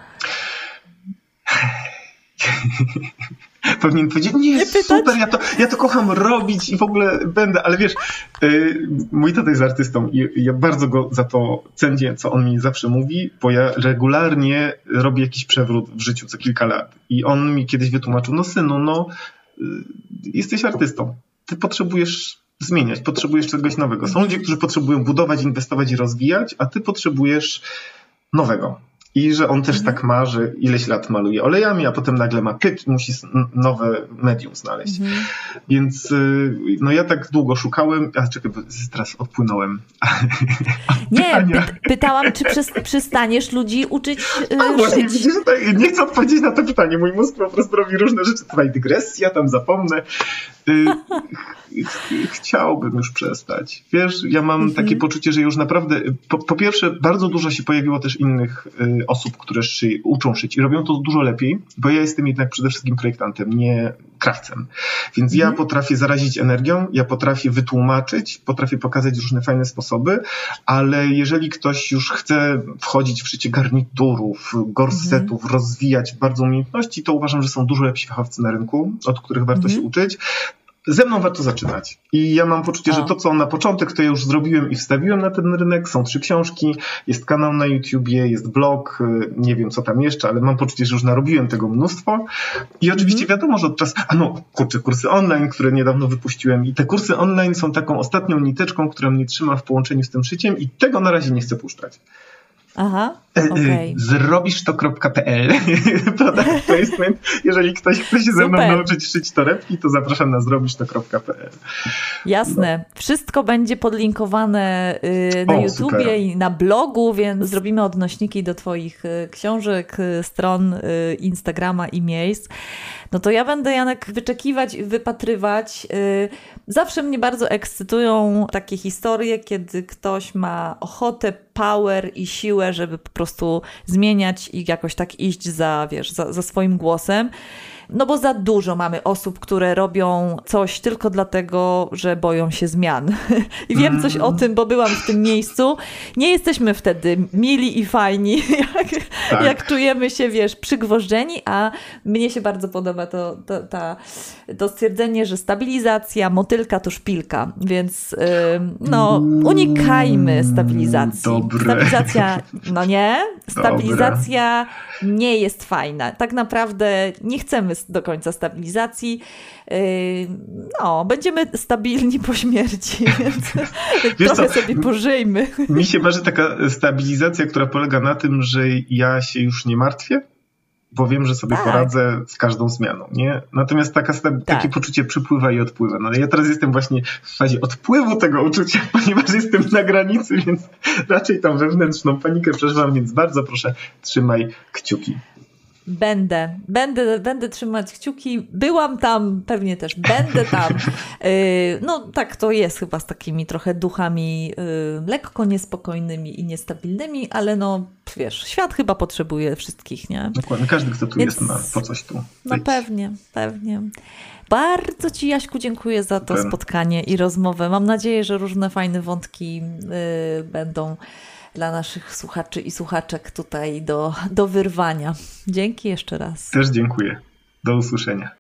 Powinien powiedzieć, nie, nie super, ja to, ja to kocham robić i w ogóle będę, ale wiesz, yy, mój tata jest artystą i ja bardzo go za to cenię, co on mi zawsze mówi, bo ja regularnie robię jakiś przewrót w życiu co kilka lat i on mi kiedyś wytłumaczył, no synu, no yy, jesteś artystą, ty potrzebujesz zmieniać, potrzebujesz czegoś nowego. Są ludzie, którzy potrzebują budować, inwestować i rozwijać, a ty potrzebujesz nowego. I że on też mhm. tak ma, że ileś lat maluje olejami, a potem nagle ma pyk i musi nowe medium znaleźć. Mhm. Więc no ja tak długo szukałem, a czekaj, bo teraz odpłynąłem. Nie, py- pytałam, czy przy- przystaniesz ludzi uczyć yy, a, właśnie, szyć. Widzisz, tak, nie chcę odpowiedzieć na to pytanie. Mój mózg po prostu robi różne rzeczy. Tutaj dygresja, tam zapomnę. Chciałbym już przestać. Wiesz, ja mam mhm. takie poczucie, że już naprawdę, po, po pierwsze, bardzo dużo się pojawiło też innych y, osób, które szy, uczą szyć i robią to dużo lepiej, bo ja jestem jednak przede wszystkim projektantem, nie krawcem. Więc mhm. ja potrafię zarazić energią, ja potrafię wytłumaczyć, potrafię pokazać różne fajne sposoby, ale jeżeli ktoś już chce wchodzić w szycie garniturów, gorsetów, mhm. rozwijać bardzo umiejętności, to uważam, że są dużo lepsi fachowcy na rynku, od których warto mhm. się uczyć. Ze mną warto zaczynać. I ja mam poczucie, A. że to, co na początek, to ja już zrobiłem i wstawiłem na ten rynek. Są trzy książki, jest kanał na YouTubie, jest blog, nie wiem co tam jeszcze, ale mam poczucie, że już narobiłem tego mnóstwo. I oczywiście mm. wiadomo, że od czasu... A no, kurczę, kursy online, które niedawno wypuściłem. I te kursy online są taką ostatnią niteczką, która mnie trzyma w połączeniu z tym szyciem i tego na razie nie chcę puszczać. Aha, okej. Okay. Zrobisz to kropka pe el. Product placement. Jeżeli ktoś chce się ze mną nauczyć szyć torebki, to zapraszam na zrobisz to kropka pe el. Jasne. No. Wszystko będzie podlinkowane yy, na o, YouTubie super. I na blogu, więc zrobimy odnośniki do twoich y, książek, y, stron, y, Instagrama i miejsc. No to ja będę, Janek, wyczekiwać, wypatrywać. Yy, zawsze mnie bardzo ekscytują takie historie, kiedy ktoś ma ochotę, power i siłę, żeby po prostu zmieniać i jakoś tak iść za, wiesz, za, za swoim głosem. No bo za dużo mamy osób, które robią coś tylko dlatego, że boją się zmian. I wiem coś o tym, bo byłam w tym miejscu. Nie jesteśmy wtedy mili i fajni, jak, tak. jak czujemy się, wiesz, przygwożdżeni, a mnie się bardzo podoba to, to, ta, to stwierdzenie, że stabilizacja, motylka to szpilka, więc yy, no unikajmy stabilizacji. Dobre. Stabilizacja, no nie? Stabilizacja Dobre. nie jest fajna. Tak naprawdę nie chcemy do końca stabilizacji. No, będziemy stabilni po śmierci, więc Wiesz trochę co? sobie pożyjmy. Mi się marzy taka stabilizacja, która polega na tym, że ja się już nie martwię, bo wiem, że sobie tak. poradzę z każdą zmianą, nie? Natomiast taka, tak. takie poczucie przypływa i odpływa. No, ja teraz jestem właśnie w fazie odpływu tego uczucia, ponieważ jestem na granicy, więc raczej tą wewnętrzną panikę przeżywam, więc bardzo proszę, trzymaj kciuki. Będę, będę, będę trzymać kciuki. Byłam tam, pewnie też będę tam. No tak to jest chyba z takimi trochę duchami lekko niespokojnymi i niestabilnymi, ale no wiesz, świat chyba potrzebuje wszystkich, nie? Dokładnie, każdy kto tu Więc, jest ma po coś tu. No pewnie, pewnie. Bardzo Ci, Jaśku, dziękuję za to Ten. spotkanie i rozmowę. Mam nadzieję, że różne fajne wątki y, będą dla naszych słuchaczy i słuchaczek tutaj do, do wyrwania. Dzięki jeszcze raz. Też dziękuję. Do usłyszenia.